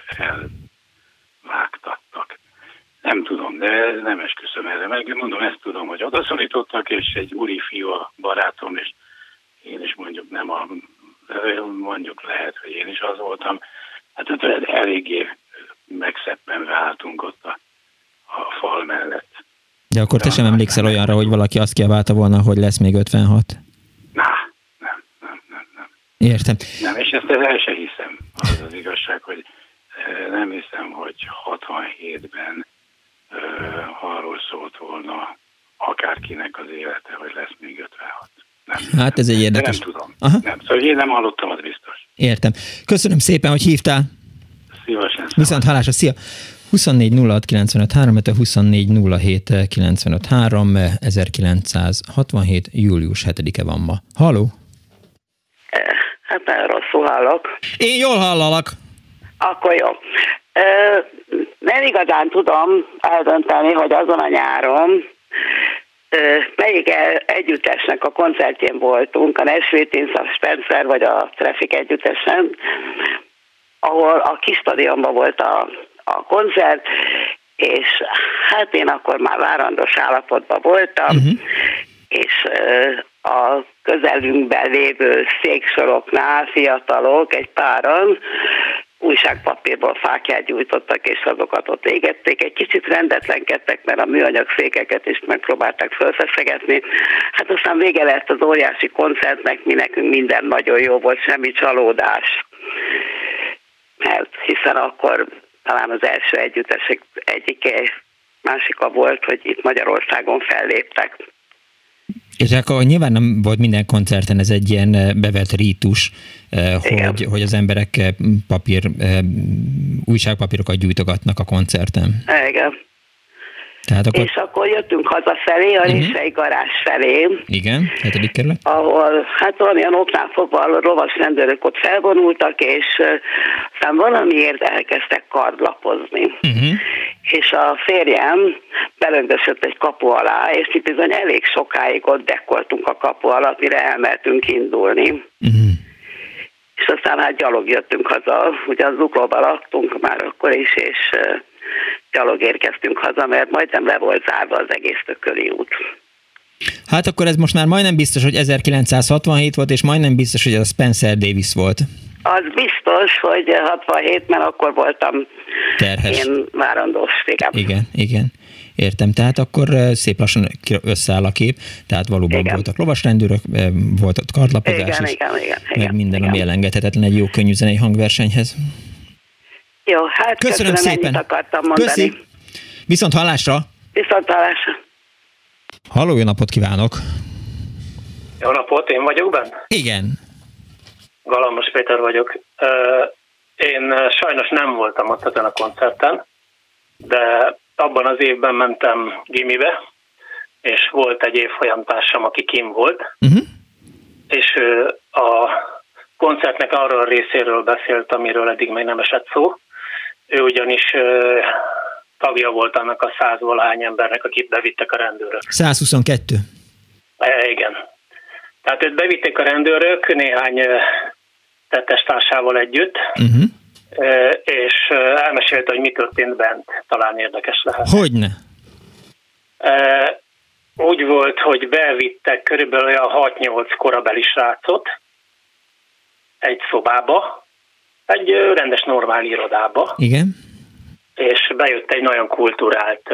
elvágtattak. Nem tudom, de nem esküszöm erre meg. Mondom, ezt tudom, hogy odaszorítottak, és egy úri fiú a barátom, és én is mondjuk nem a... mondjuk lehet, hogy én is az voltam. Hát eléggé megszeppenve álltunk ott a, a fal mellett. De akkor te sem emlékszel olyanra, hogy valaki azt kiabálta volna, hogy lesz még ötvenhat? Na, nem, nem, nem, nem. Értem. Nem, és ezt el se hiszem. Az az igazság, hogy nem hiszem, hogy hatvanhétben uh, arról szólt volna akárkinek az élete, hogy lesz még ötvenhat. Nem. Hát ez egy érdekes. De nem tudom. Aha. Nem. Szóval én nem hallottam, az biztos. Értem. Köszönöm szépen, hogy hívtál. Szívesen. Viszont hallásra, szia! huszonnégy nulla hat kilencvenöt három, huszonnégy nulla hét kilencvenöt három, ezerkilencszázhatvanhét. július hetedike van ma. Halló? Hát nagyon rosszul hallok. Én jól hallalak. Akkor jó. Nem igazán tudom eldönteni, hogy azon a nyáron melyik együttesnek a koncertjén voltunk, a Nashville Teens, a Spencer vagy a Traffic együttesen, ahol a kis stadionban volt a, a koncert, és hát én akkor már várandós állapotban voltam, uh-huh. és a közelünkben lévő széksoroknál fiatalok egy páran újságpapírból fákját gyújtottak, és azokat ott égették. Egy kicsit rendetlenkedtek, mert a műanyag székeket is megpróbálták felfeszegetni. Hát aztán vége lett az óriási koncertnek, mi nekünk minden nagyon jó volt, semmi csalódás. Mert hiszen akkor talán az első együttesek egyike, másika volt, hogy itt Magyarországon felléptek. És akkor nyilván nem volt minden koncerten ez egy ilyen bevett rítus, hogy, hogy az emberek papír, újságpapírokat gyújtogatnak a koncerten. Igen. Tehát akkor... És akkor jöttünk hazafelé, a uh-huh. Rissei garázs felé. Igen, hetedik kerület. Ahol hát valamilyen oknál fogva a lovas rendőrök ott felvonultak, és uh, aztán valamiért elkezdtek kardlapozni. Uh-huh. És a férjem belöngösött egy kapu alá, és itt bizony elég sokáig ott dekkoltunk a kapu alatt, mire elmertünk indulni. Uh-huh. És aztán hát gyalog jöttünk haza, ugye az Zuglóban laktunk már akkor is, és uh, gyalog érkeztünk haza, mert majdnem le volt zárva az egész Tököli út. Hát akkor ez most már majdnem biztos, hogy ezerkilencszázhatvanhét volt, és majdnem biztos, hogy ez a Spencer Davis volt. Az biztos, hogy hatvanhét, mert akkor voltam terhes. Én várandós, igen. Igen, igen. Értem, tehát akkor szép lassan összeáll a kép, tehát valóban igen. voltak lovasrendőrök, volt ott kardlapozás igen, is, igen, igen, meg igen, minden, igen. ami elengedhetetlen egy jó könnyű zenei hangversenyhez. Jó, hát köszönöm, köszönöm szépen. Ennyit akartam mondani. Köszi. Viszont hallásra. Viszontlátásra. Halló, jó napot kívánok! Jó napot, én vagyok benne? Igen. Galambos Péter vagyok. Én sajnos nem voltam ott ezen a koncerten, de abban az évben mentem gimibe, és volt egy évfolyamtársam, aki kim volt, uh-huh. és a koncertnek arról a részéről beszélt, amiről eddig még nem esett szó. Ő ugyanis tagja volt annak a százvalahány embernek, akit bevittek a rendőrök. százhuszonkettő. E, igen. Tehát őt bevitték a rendőrök néhány tettestársával együtt, uh-huh. és elmesélte, hogy mi történt bent. Talán érdekes lehet. Hogyne? Úgy volt, hogy bevittek körülbelül olyan hat-nyolc korabeli srácot egy szobába, egy rendes normál irodába. Igen. És bejött egy nagyon kulturált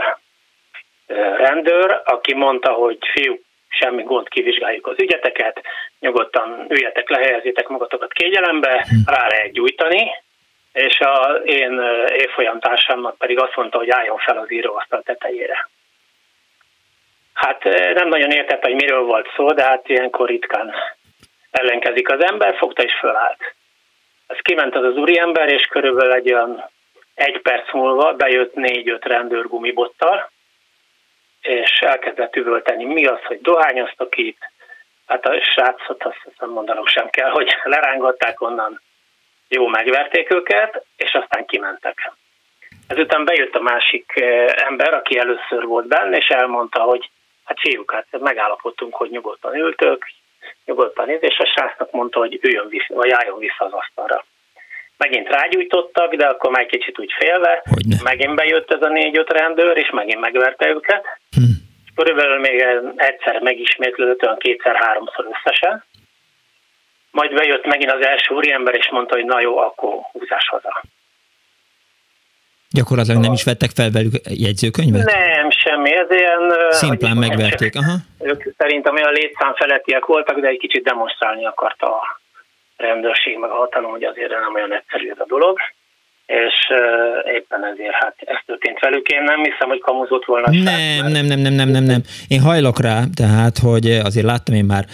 rendőr, aki mondta, hogy fiúk, semmi gond, kivizsgáljuk az ügyeteket, nyugodtan üljetek le, helyezzétek magatokat kégyelembe, rá lehet gyújtani, és az én évfolyamtársamnak pedig azt mondta, hogy álljon fel az íróasztal tetejére. Hát nem nagyon értett, hogy miről volt szó, de hát ilyenkor ritkán ellenkezik az ember, fogta és fölállt. Ez kiment az az úriember, és körülbelül egy olyan egy perc múlva bejött négy-öt rendőr gumibottal, és elkezdett üvölteni, mi az, hogy dohányoztok itt. Hát a srácot azt hiszem mondanom sem kell, hogy lerángatták onnan, jó megverték őket, és aztán kimentek. Ezután bejött a másik ember, aki először volt benne, és elmondta, hogy hát fiúk, hát megállapodtunk, hogy nyugodtan ültök, nyugodtan íz, és a srácnak mondta, hogy üljön vissza, vagy álljon vissza az asztalra. Megint rágyújtottak, de akkor már egy kicsit úgy félve, Hogyne. megint bejött ez a négy-öt rendőr, és megint megverte őket. Hm. Körülbelül még egyszer megismétlődött, olyan kétszer-háromszor összesen. Majd bejött megint az első úriember, és mondta, hogy na jó, akkor húzás haza. Gyakorlatilag nem is vettek fel velük jegyzőkönyvet? Nem, semmi, ez ilyen... Szimplán megverték, aha. Ők szerintem olyan létszám felettiek voltak, de egy kicsit demonstrálni akarta a rendőrség, meg a hatalom, hogy azért nem olyan egyszerű ez a dolog, és uh, éppen ezért hát ez történt velük. Én nem hiszem, hogy kamuzott volna. Nem, sem, nem, nem, nem, nem, nem, nem. Én hajlok rá, tehát, hogy azért láttam én már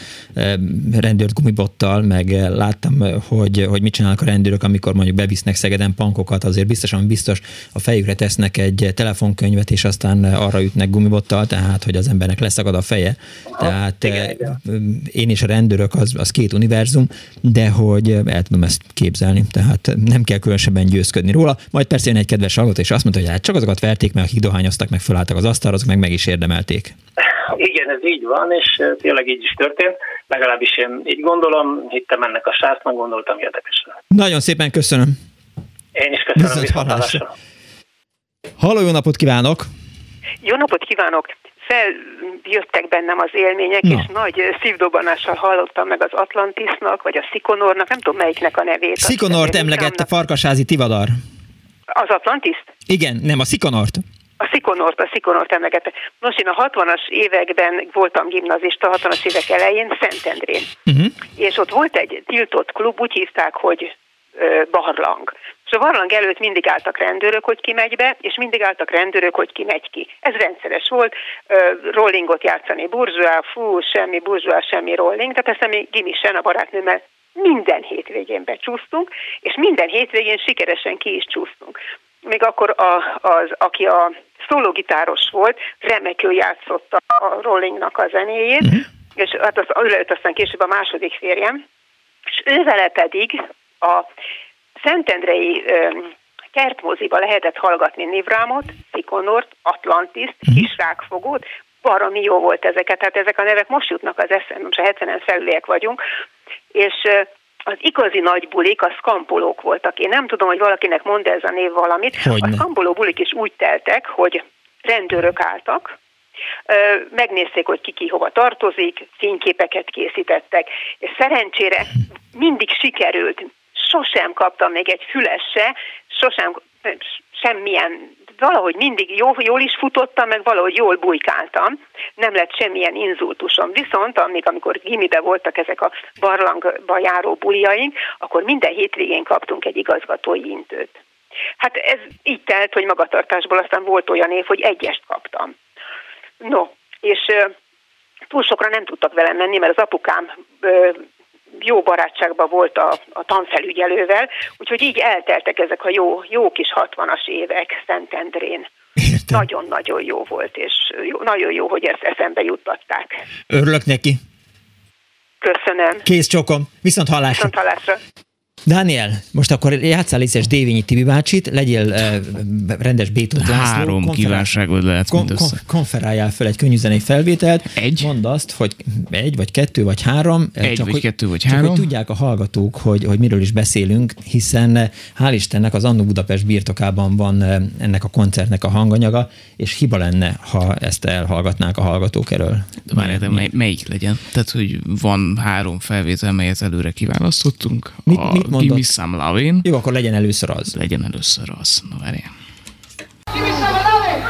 rendőrt gumibottal, meg láttam, hogy, hogy mit csinálnak a rendőrök, amikor mondjuk bevisznek Szegeden pankokat, azért biztosan biztos a fejükre tesznek egy telefonkönyvet, és aztán arra ütnek gumibottal, tehát, hogy az embernek leszakad a feje. Aha, tehát igen, igen. Én és a rendőrök az, az két univerzum, de hogy el tudom ezt képzelni, tehát nem kell különösebben győzködni róla. Majd persze jön egy kedves hallgató, és azt mondta, hogy hát csak azokat verték meg, akik dohányoztak, meg fölálltak az asztalra, azok meg meg is érdemelték. Igen, ez így van, és tényleg így is történt. Legalábbis én így gondolom, hittem ennek a srácnak, gondoltam érdekesre. Nagyon szépen köszönöm. Én is köszönöm, viszontlátásra. Halló, jó napot kívánok! Jó napot kívánok! Feljöttek bennem az élmények, Na. és nagy szívdobbanással hallottam meg az Atlantisnak, vagy a Szikonórnak, nem tudom melyiknek a nevét. Szikonort emlegette Farkasházi Tivadar. Az Atlantiszt? Igen, nem, a Szikonort. A Szikonort, a Szikonort emlegette. Nos, én a hatvanas években voltam gimnazista, a hatvanas évek elején Szentendrén. Uh-huh. És ott volt egy tiltott klub, úgy hívták, hogy ö, Barlang. És a barlang előtt mindig álltak rendőrök, hogy ki megy be, és mindig álltak rendőrök, hogy ki megy ki. Ez rendszeres volt, ö, rollingot játszani, burzsóá, fú, semmi burzsóá, semmi rolling, tehát ezt mi gimisen a barátnőmmel minden hétvégén becsúsztunk, és minden hétvégén sikeresen ki is csúsztunk. Még akkor, a, az, aki a szólógitáros volt, remekül játszotta a rollingnak a zenéjét, mm. és hát az, ő lett aztán később a második férjem, és ővele pedig a szentendrei ö, kertmoziba lehetett hallgatni Nivrámot, Szikonort, Atlantiszt, mm. Kisrákfogót, baromi jó volt ezeket, hát ezek a nevek most jutnak az eszembe, most a hetvenes felüliek vagyunk, és ö, az igazi nagy bulik, a szkampolók voltak. Én nem tudom, hogy valakinek mond ez a név valamit. Hogyne. A szkampoló bulik is úgy teltek, hogy rendőrök álltak, megnézték, hogy ki ki hova tartozik, fényképeket készítettek, és szerencsére mindig sikerült. Sosem kaptam még egy füles se, sosem semmilyen, valahogy mindig jól, jól is futottam, meg valahogy jól bujkáltam, nem lett semmilyen inzultusom. Viszont amíg, amikor gimibe voltak ezek a barlangba járó buliaink, akkor minden hétvégén kaptunk egy igazgatói intőt. Hát ez így telt, hogy magatartásból aztán volt olyan év, hogy egyest kaptam. No, és uh, túl sokra nem tudtak velem menni, mert az apukám uh, jó barátságban volt a, a tanfelügyelővel, úgyhogy így elteltek ezek a jó, jó kis hatvanas évek Szentendrén. Nagyon-nagyon jó volt, és jó, nagyon jó, hogy ezt eszembe juttatták. Örülök neki. Köszönöm. Kész csokom. Viszont hallásra. Viszont hallásra. Dániel, most akkor játsszál létszes Dévényi Tibi bácsit, legyél uh, rendes Bétót László. Három kívánságod lehet kon- kon- konferáljál fel egy könnyűzenei felvételt. Egy. Mondd azt, hogy egy, vagy kettő, vagy három. Egy, csak vagy hogy, kettő, vagy csak három. hogy tudják a hallgatók, hogy, hogy miről is beszélünk, hiszen hál' Istennek az Annó Budapest birtokában van ennek a koncertnek a hanganyaga, és hiba lenne, ha ezt elhallgatnák a hallgatók erről. Várjál, de mely, melyik legyen? Tehát, hogy van három felvétel, melyet előre kiválasztottunk. Mit, a mit mondod? Give me some lovin'. Jó, akkor legyen először az. Legyen először az. Na, várjál. Give me some lovin'.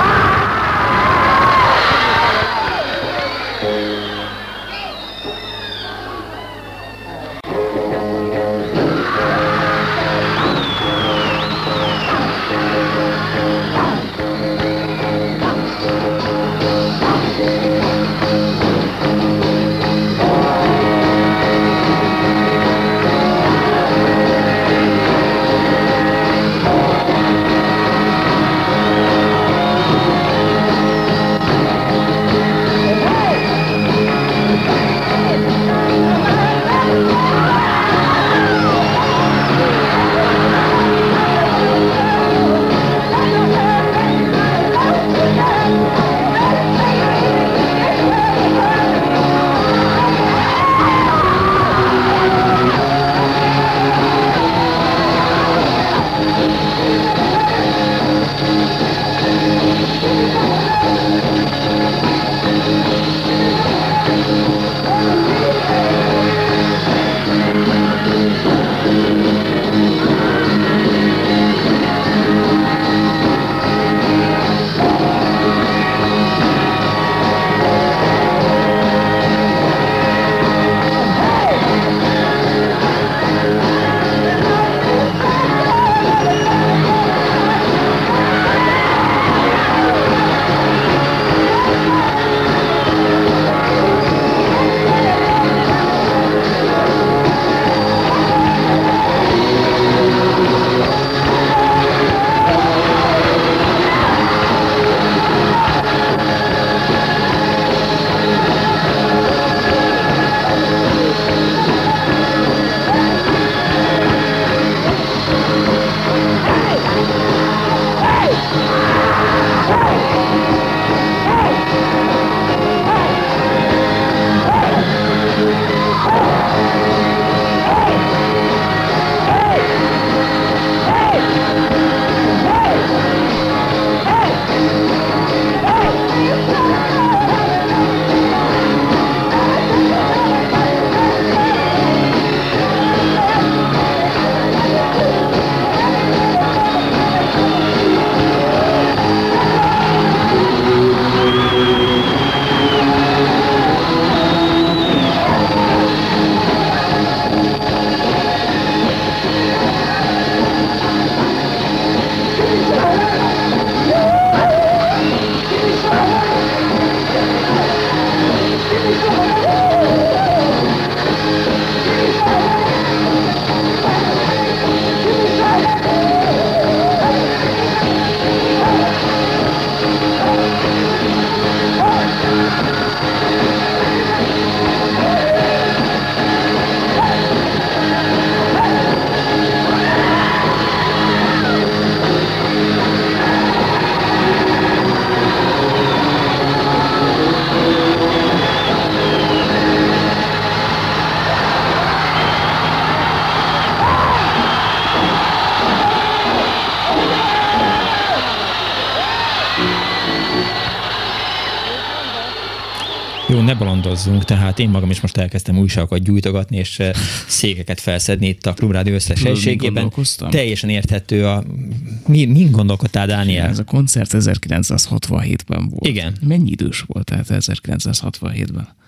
Jó, ne bolondozzunk, tehát én magam is most elkezdtem újságokat gyújtogatni, és székeket felszedni itt a Klubrádió összes helységében. Teljesen érthető a... Mi, min gondolkodtál, Dániel? Ez a koncert ezerkilencszázhatvanhétben volt. Igen. Mennyi idős volt tehát ezerkilencszázhatvanhétben?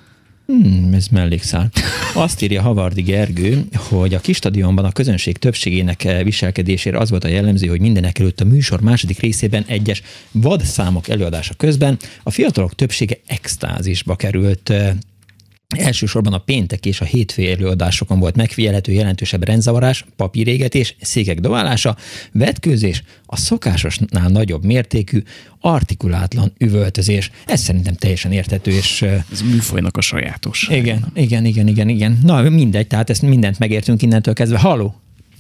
Hmm, ez mellékszál. Azt írja Havardi Gergő, hogy a kis stadionban a közönség többségének viselkedésére az volt a jellemző, hogy mindenek előtt a műsor második részében egyes vadszámok előadása közben a fiatalok többsége extázisba került. Elsősorban a péntek és a hétfői előadásokon volt megfigyelhető jelentősebb rendzavarás, papírégetés, székek dobálása, vetkőzés, a szokásosnál nagyobb mértékű, artikulátlan üvöltözés. Ez szerintem teljesen érthető, és... Ez műfajnak a sajátos. Igen, igen, igen, igen, igen. Na, mindegy, tehát ezt mindent megértünk innentől kezdve. Halló!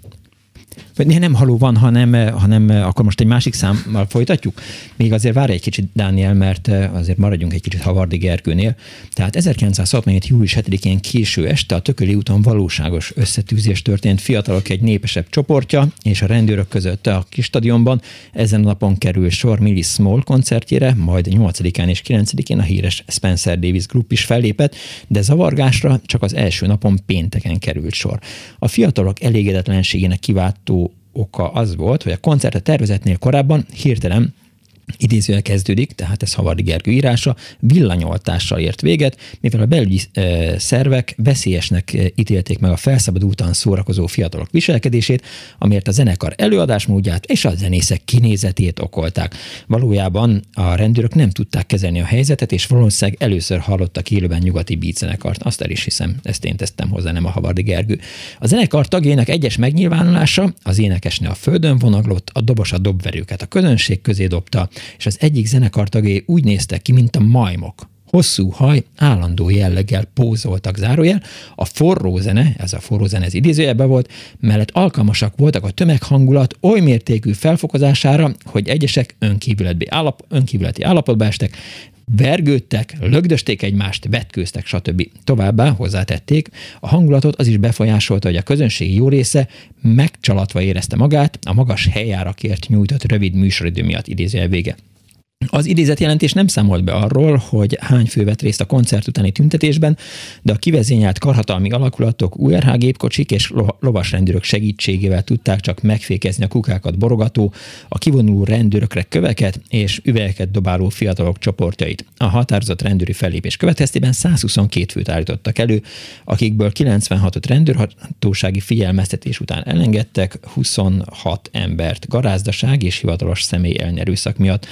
Nem haló van, hanem, hanem akkor most egy másik számmal folytatjuk. Még azért várj egy kicsit, Dániel, mert azért maradjunk egy kicsit Havardi Gergőnél. Tehát ezerkilencszázhatvanhét. július hetedikén késő este a Tököli úton valóságos összetűzés történt. Fiatalok egy népesebb csoportja és a rendőrök között a kis stadionban. Ezen a napon kerül sor Millie Small koncertjére, majd nyolcadikán és kilencedikén a híres Spencer Davis Group is fellépett, de zavargásra csak az első napon pénteken került sor. A fiatalok elégedetlenségének kiváltó oka az volt, hogy a koncert a tervezetnél korábban hirtelen idézőjel kezdődik, tehát ez Havardi Gergő írása, villanyoltással ért véget, mivel a belügyi e, szervek veszélyesnek ítélték meg a felszabadultan szórakozó fiatalok viselkedését, amiért a zenekar előadásmódját és a zenészek kinézetét okolták. Valójában a rendőrök nem tudták kezelni a helyzetet, és valószínűleg először hallottak élőben nyugati beat zenekart. Azt el is hiszem, ezt én tesztem hozzá, nem a Havardi Gergő. A zenekar tagjainak egyes megnyilvánulása, az énekesnő a földön vonaglott, a dobos a dobverőket a közönség közé dobta, és az egyik zenekar tagjai úgy néztek ki, mint a majmok. Hosszú haj, állandó jelleggel pózoltak, zárójel. A forró zene, ez a forró zene, ez idézőjelben volt, mellett alkalmasak voltak a tömeghangulat oly mértékű felfokozására, hogy egyesek önkívületi, állap, önkívületi állapotba estek, vergődtek, lögdösték egymást, vetkőztek, stb. Továbbá hozzátették, a hangulatot az is befolyásolta, hogy a közönség jó része megcsalatva érezte magát, a magas helyjárakért nyújtott rövid műsoridő miatt, idézőjel vége. Az idézetjelentés nem számolt be arról, hogy hány fő vett részt a koncert utáni tüntetésben, de a kivezényelt karhatalmi alakulatok, u er há gépkocsik és lovasrendőrök segítségével tudták csak megfékezni a kukákat borogató, a kivonuló rendőrökre köveket és üvegeket dobáló fiatalok csoportjait. A határozott rendőri fellépés következtében százhuszonkettő főt állítottak elő, akikből kilencvenhatot rendőrhatósági figyelmeztetés után elengedtek, huszonhat embert garázdaság és hivatalos személy elnyerőszak miatt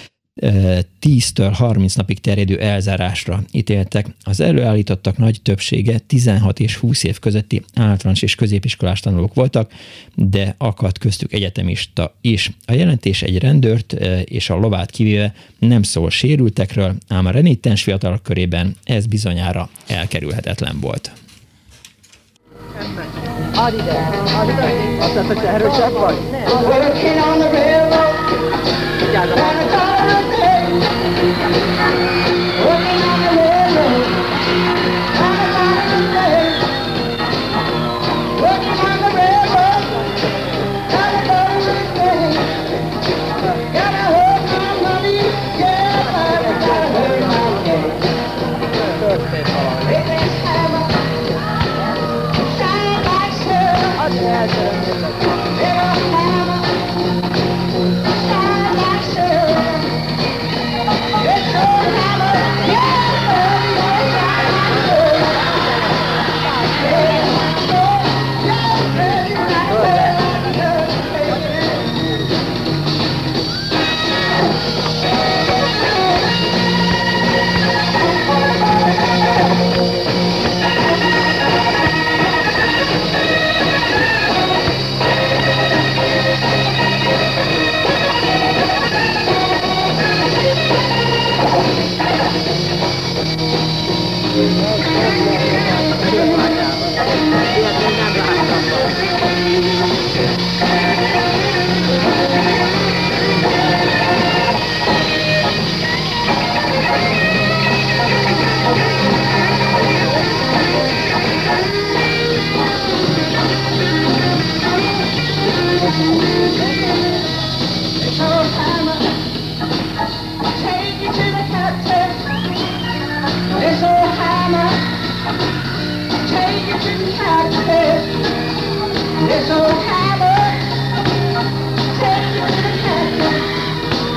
tíztől harminc napig terjedő elzárásra ítéltek. Az előállítottak nagy többsége tizenhat és húsz év közötti általános és középiskolás tanulók voltak, de akadt köztük egyetemista is. A jelentés egy rendőrt és a lovát kivéve nem szól sérültekről, ám a renitens fiatalok körében ez bizonyára elkerülhetetlen volt. Add ide! Add ide! Azt hiszem, hogy erősebb vagy?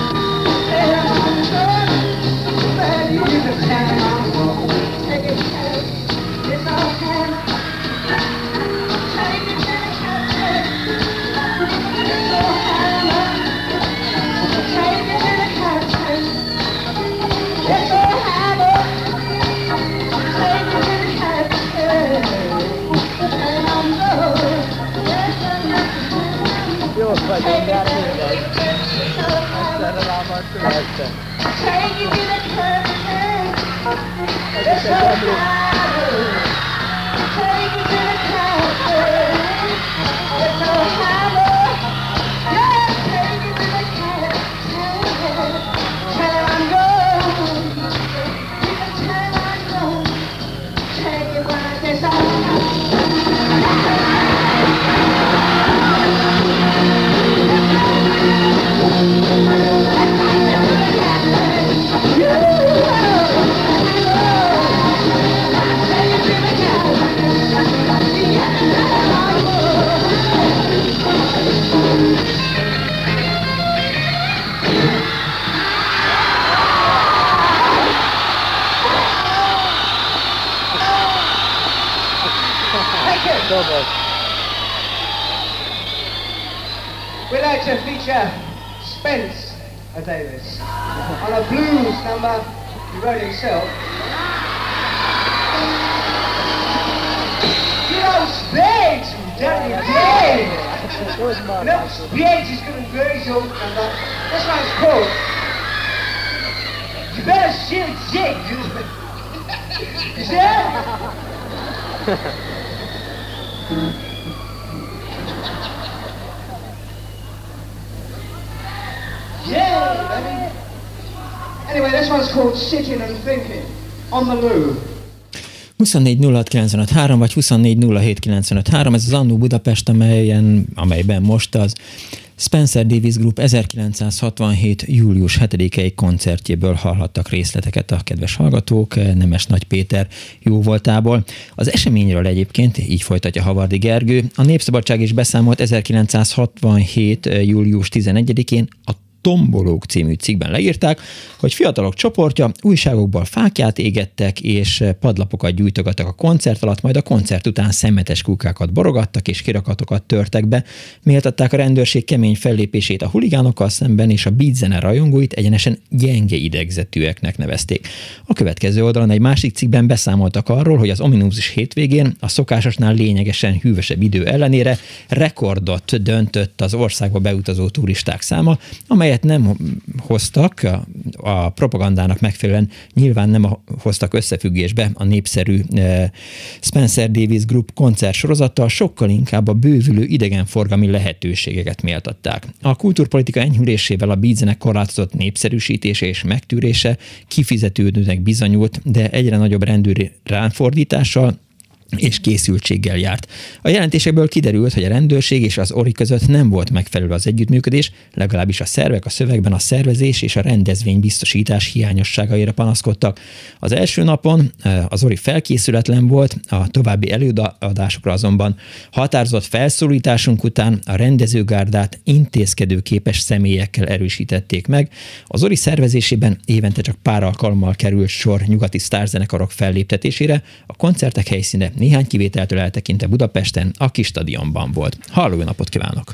Take it. vagyunk, de hát mindegy. Egyszerre lámad követte. Ez is egy emlő. We'd like to feature Spence Davis on a blues number he wrote himself. You know, Spence, don't you dare! You know, Spence is going to be very short number. That's what it's called. You better shoot Zig. You see that? Yeah, baby. Anyway, this one's called Sitting and Thinking on the Loo. huszonnégy nulla hat kilencvenöt három vagy huszonnégy nulla hét kilencvenöt három, ez az Annó Budapest, amelyen, amelyben most az Spencer Davis Group ezerkilencszázhatvanhét. július hetedikei koncertjéből hallhattak részleteket a kedves hallgatók, Nemes Nagy Péter jóvoltából. Az eseményről egyébként így folytatja Havardi Gergő. A Népszabadság is beszámolt ezerkilencszázhatvanhét. július tizenegyedikén a Tombolók című cikkben leírták, hogy fiatalok csoportja újságokból fákját égettek és padlapokat gyújtogattak a koncert alatt, majd a koncert után szemetes kukákat borogattak és kirakatokat törtek be. Méltatták a rendőrség kemény fellépését a huligánokkal szemben, és a beat zene rajongóit egyenesen gyenge idegzetűeknek nevezték. A következő oldalon egy másik cikkben beszámoltak arról, hogy az ominózus hétvégén a szokásosnál lényegesen hűvösebb idő ellenére rekordot döntött az országba beutazó turisták száma, amely nem hoztak a propagandának megfelelően, nyilván nem hoztak összefüggésbe a népszerű Spencer Davis Group koncertsorozattal, sokkal inkább a bővülő idegenforgalmi lehetőségeket méltatták. A kultúrpolitika enyhülésével a beatzene korlátozott népszerűsítése és megtűrése kifizetődőnek bizonyult, de egyre nagyobb rendőri ráfordítással és készültséggel járt. A jelentésekből kiderült, hogy a rendőrség és az o er i között nem volt megfelelő az együttműködés, legalábbis a szervek a szövegben a szervezés és a rendezvény biztosítás hiányosságaira panaszkodtak. Az első napon az o er i felkészületlen volt, a további előadásokra azonban határozott felszólításunk után a rendezőgárdát intézkedőképes személyekkel erősítették meg. Az o er i szervezésében évente csak pár alkalommal került sor nyugati sztárzenekarok felléptetésére, a koncertek helyszíne néhány kivételtől eltekintve Budapesten, a Kis Stadionban volt. Halló, jó napot kívánok!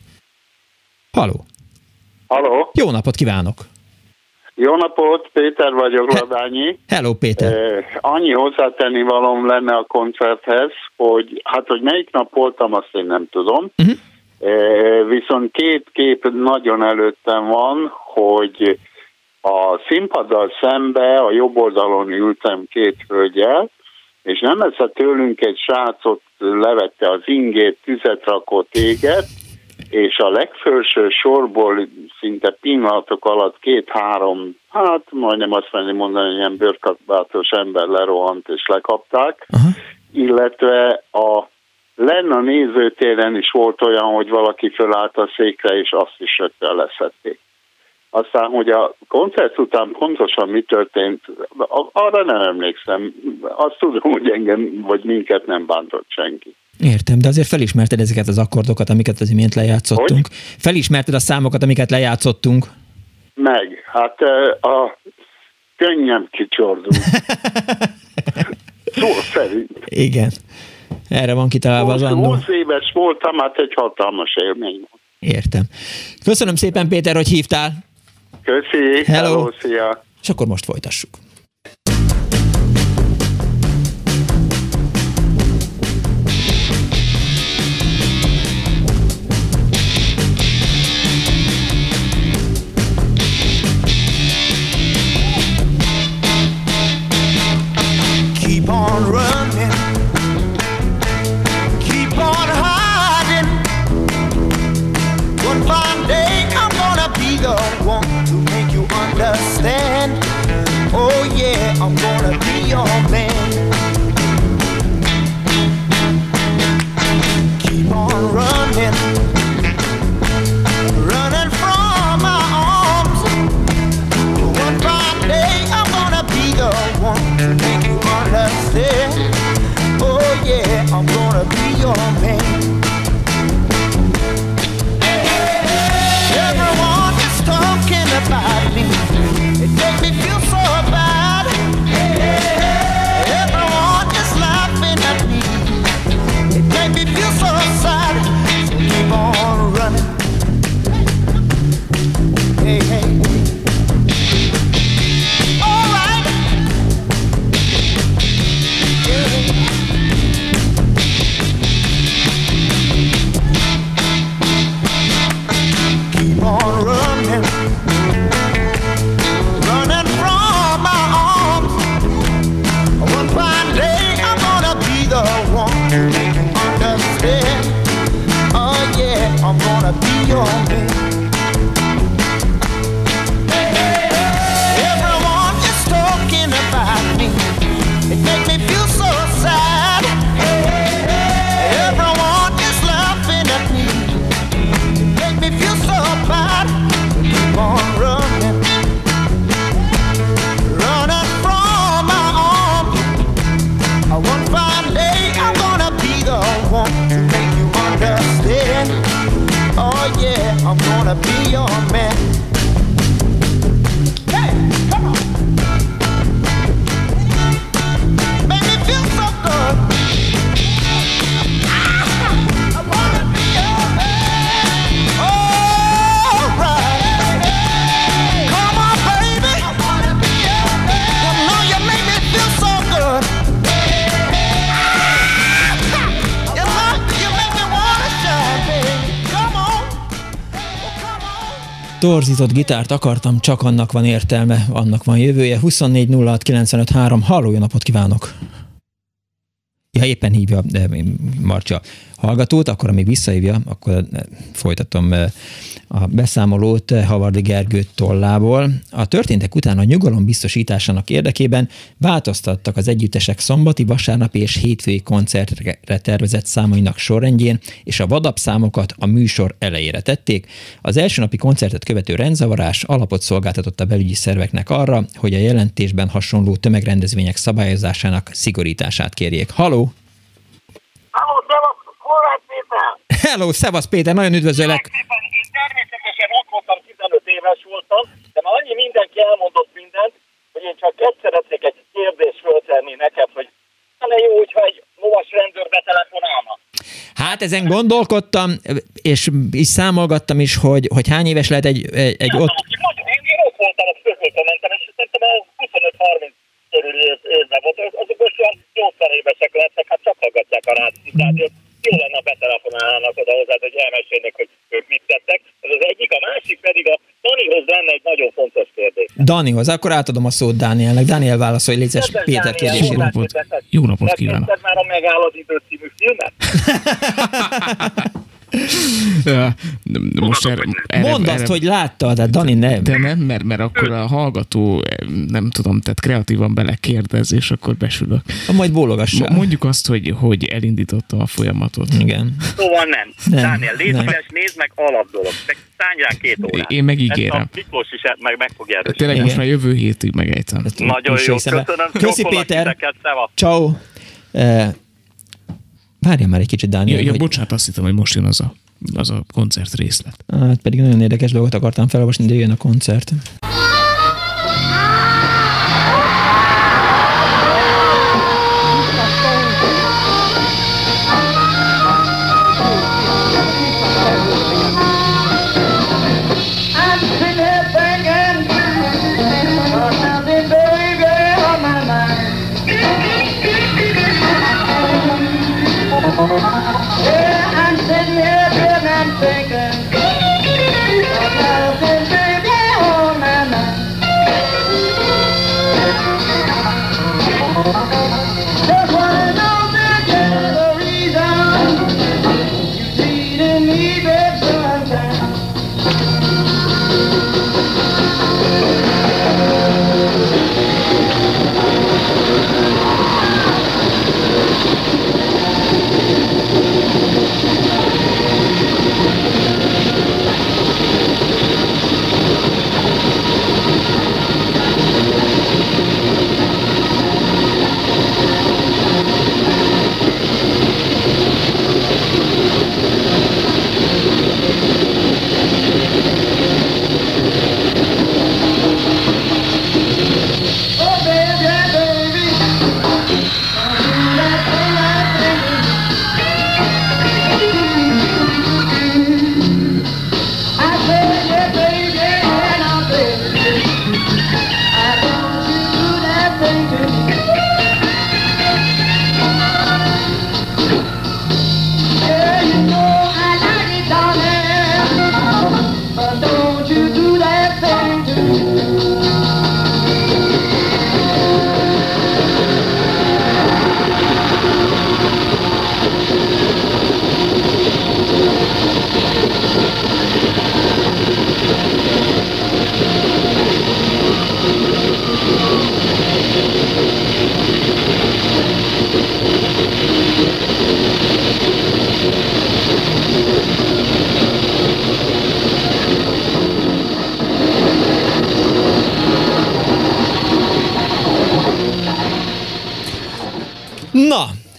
Halló! Halló! Jó napot kívánok! Jó napot, Péter vagyok, Ladányi. Hello, Péter! Eh, annyi hozzátenni valóm lenne a koncerthez, hogy hát, hogy melyik nap voltam, azt én nem tudom. Uh-huh. Eh, viszont két kép nagyon előttem van, hogy a színpaddal szembe a jobb oldalon ültem két hölgyel, és nem messze tőlünk egy srácot levette az ingét, tüzet rakott, éget, és a legfelső sorból szinte pillanatok alatt két-három, hát majdnem azt mondani mondani, hogy ilyen bőrkabátos ember lerohant és lekapták, uh-huh. illetve a lenn a nézőtéren is volt olyan, hogy valaki fölállt a székre, és azt is rögtön leszették. Aztán, hogy a koncert után pontosan mi történt, arra nem emlékszem. Azt tudom, hogy engem vagy minket nem bántott senki. Értem, de azért felismerted ezeket az akkordokat, amiket az imént lejátszottunk. Hogy? Felismerted a számokat, amiket lejátszottunk? Meg. Hát a könnyem kicsordul. Szó szerint. Igen. Erre van kitalálva az annó. húsz éves voltam, hát egy hatalmas élmény. Értem. Köszönöm szépen, Péter, hogy hívtál. Köszi. Hello. Hello, szia. És akkor most folytassuk. your man. Everyone is talking about me. It makes me feel so bad. Everyone is laughing at me. It makes me feel so sad. So keep on running. Hey, hey. All right. Yeah. Keep on running. Running from my arms. One fine day I'm gonna be the one to make you understand. Oh yeah, I'm gonna be your man. Everyone is talking about me. It makes me feel so sad. Everyone is laughing at me. It makes me feel so bad. Keep on running. Running from my arms. One fine day I'm gonna be the one to make you understand. Oh yeah, I'm gonna be your man. Hey, come on. Make me feel so good. I wanna be your man. All right. Come on, baby. I wanna be your man. You know you make me feel so good. You know you make me wanna shine, baby. Come on. Torzított gitárt akartam, csak annak van értelme, annak van jövője. huszonnégy nulla hat kilencvenöt három. Halló, jó napot kívánok! Ja, éppen hívja de Marcsa hallgatót, akkor amíg visszahívja, akkor folytatom a beszámolót Havardi Gergő tollából. A történtek után a nyugalom biztosításának érdekében változtattak az együttesek szombati, vasárnapi és hétfői koncertre tervezett számainak sorrendjén, és a vadabb számokat a műsor elejére tették. Az első napi koncertet követő rendzavarás alapot szolgáltatott a belügyi szerveknek arra, hogy a jelentésben hasonló tömegrendezvények szabályozásának szigorítását kérjék. Haló! Halló, szevasz, Horváth Péter! Hello, szevasz Péter, nagyon üdvözöllek! Én természetesen ott voltam, tizenöt éves voltam, de már annyi mindenki elmondott mindent, hogy én csak egy szeretnék egy kérdést föltenni neked, hogy lenne jó, hogyha egy lovas rendőr betelefonálna. Hát ezen gondolkodtam, és is számolgattam is, hogy, hogy hány éves lehet egy, egy, egy ott... Én, én ott voltam, ott közöltem mentem, és szerintem a huszonöt-harminc körüli évben volt, azok most olyan nyolcvan évesek lettek, hát csak hallgatják a rádiót, tehát jó lenne, betelefonálnának oda hozzád, hogy elmesélnek, hogy ők mit tettek. Ez az egyik, a másik pedig a Danihoz lenne egy nagyon fontos kérdés. Danihoz, akkor átadom a szót Dánielnek. Dániel válaszolj, légy szíves Péter kérdésére. Jó napot, jó napot kívánok! Tetted már a Megáll az idő című filmet? Most erre, erre, Mondd azt, erre, hogy láttad, de Dani nem. De nem, mert, mert akkor a hallgató, nem tudom, tehát kreatívan belekérdez, és akkor besülök. Majd bólogassál. Mondjuk azt, hogy, hogy elindította a folyamatot. Igen. Szóval nem. nem Dániel, légy szíves, nézd meg alapdolog. Szállj rá két órát. Én megígérem. Ezt a Miklós is meg, meg fogja erősíteni. Tényleg most már jövő hétig megejtem. Nagyon jó, köszönöm. Köszi Péter. Ciao. Várjál már egy kicsit, Dániel. Ja, ja hogy... bocsánat, azt hittem, hogy most jön az a, az a koncert részlet. Hát pedig nagyon érdekes dolgot akartam felolvasni, de jön a koncert. Yeah, I'm sitting here and I'm thinking about this baby on my mind. Just wanna know the reason you treating me bad sometimes.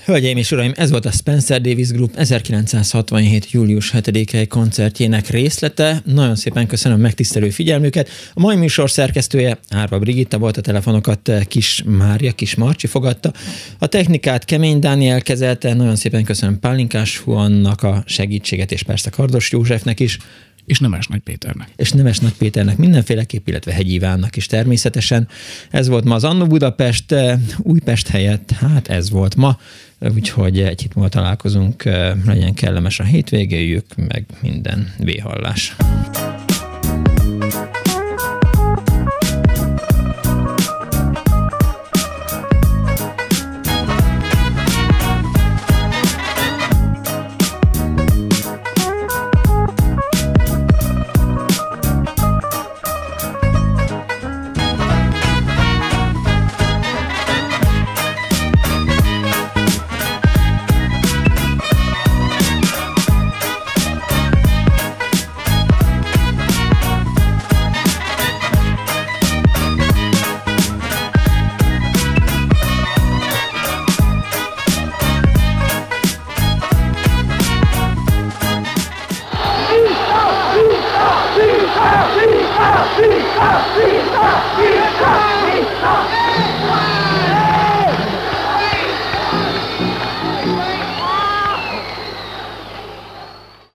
Hölgyeim és uraim, ez volt a Spencer Davis Group ezerkilencszázhatvanhét. július hetedikei koncertjének részlete. Nagyon szépen köszönöm megtisztelő figyelmüket. A mai műsor szerkesztője Árva Brigitta volt, a telefonokat Kis Mária, Kis Marcsi fogadta. A technikát Kemény Dániel kezelte. Nagyon szépen köszönöm Pálinkás Huannak a segítséget, és persze Kardos Józsefnek is. És Nemes Nagy Péternek. És Nemes Nagy Péternek mindenféleképp, illetve Hegyi Ivánnak is természetesen. Ez volt ma az Annó Budapest, Újpest helyett, hát ez volt ma, úgyhogy egy hét múlva találkozunk, legyen kellemes a hétvégéjük, meg minden véhallás. See,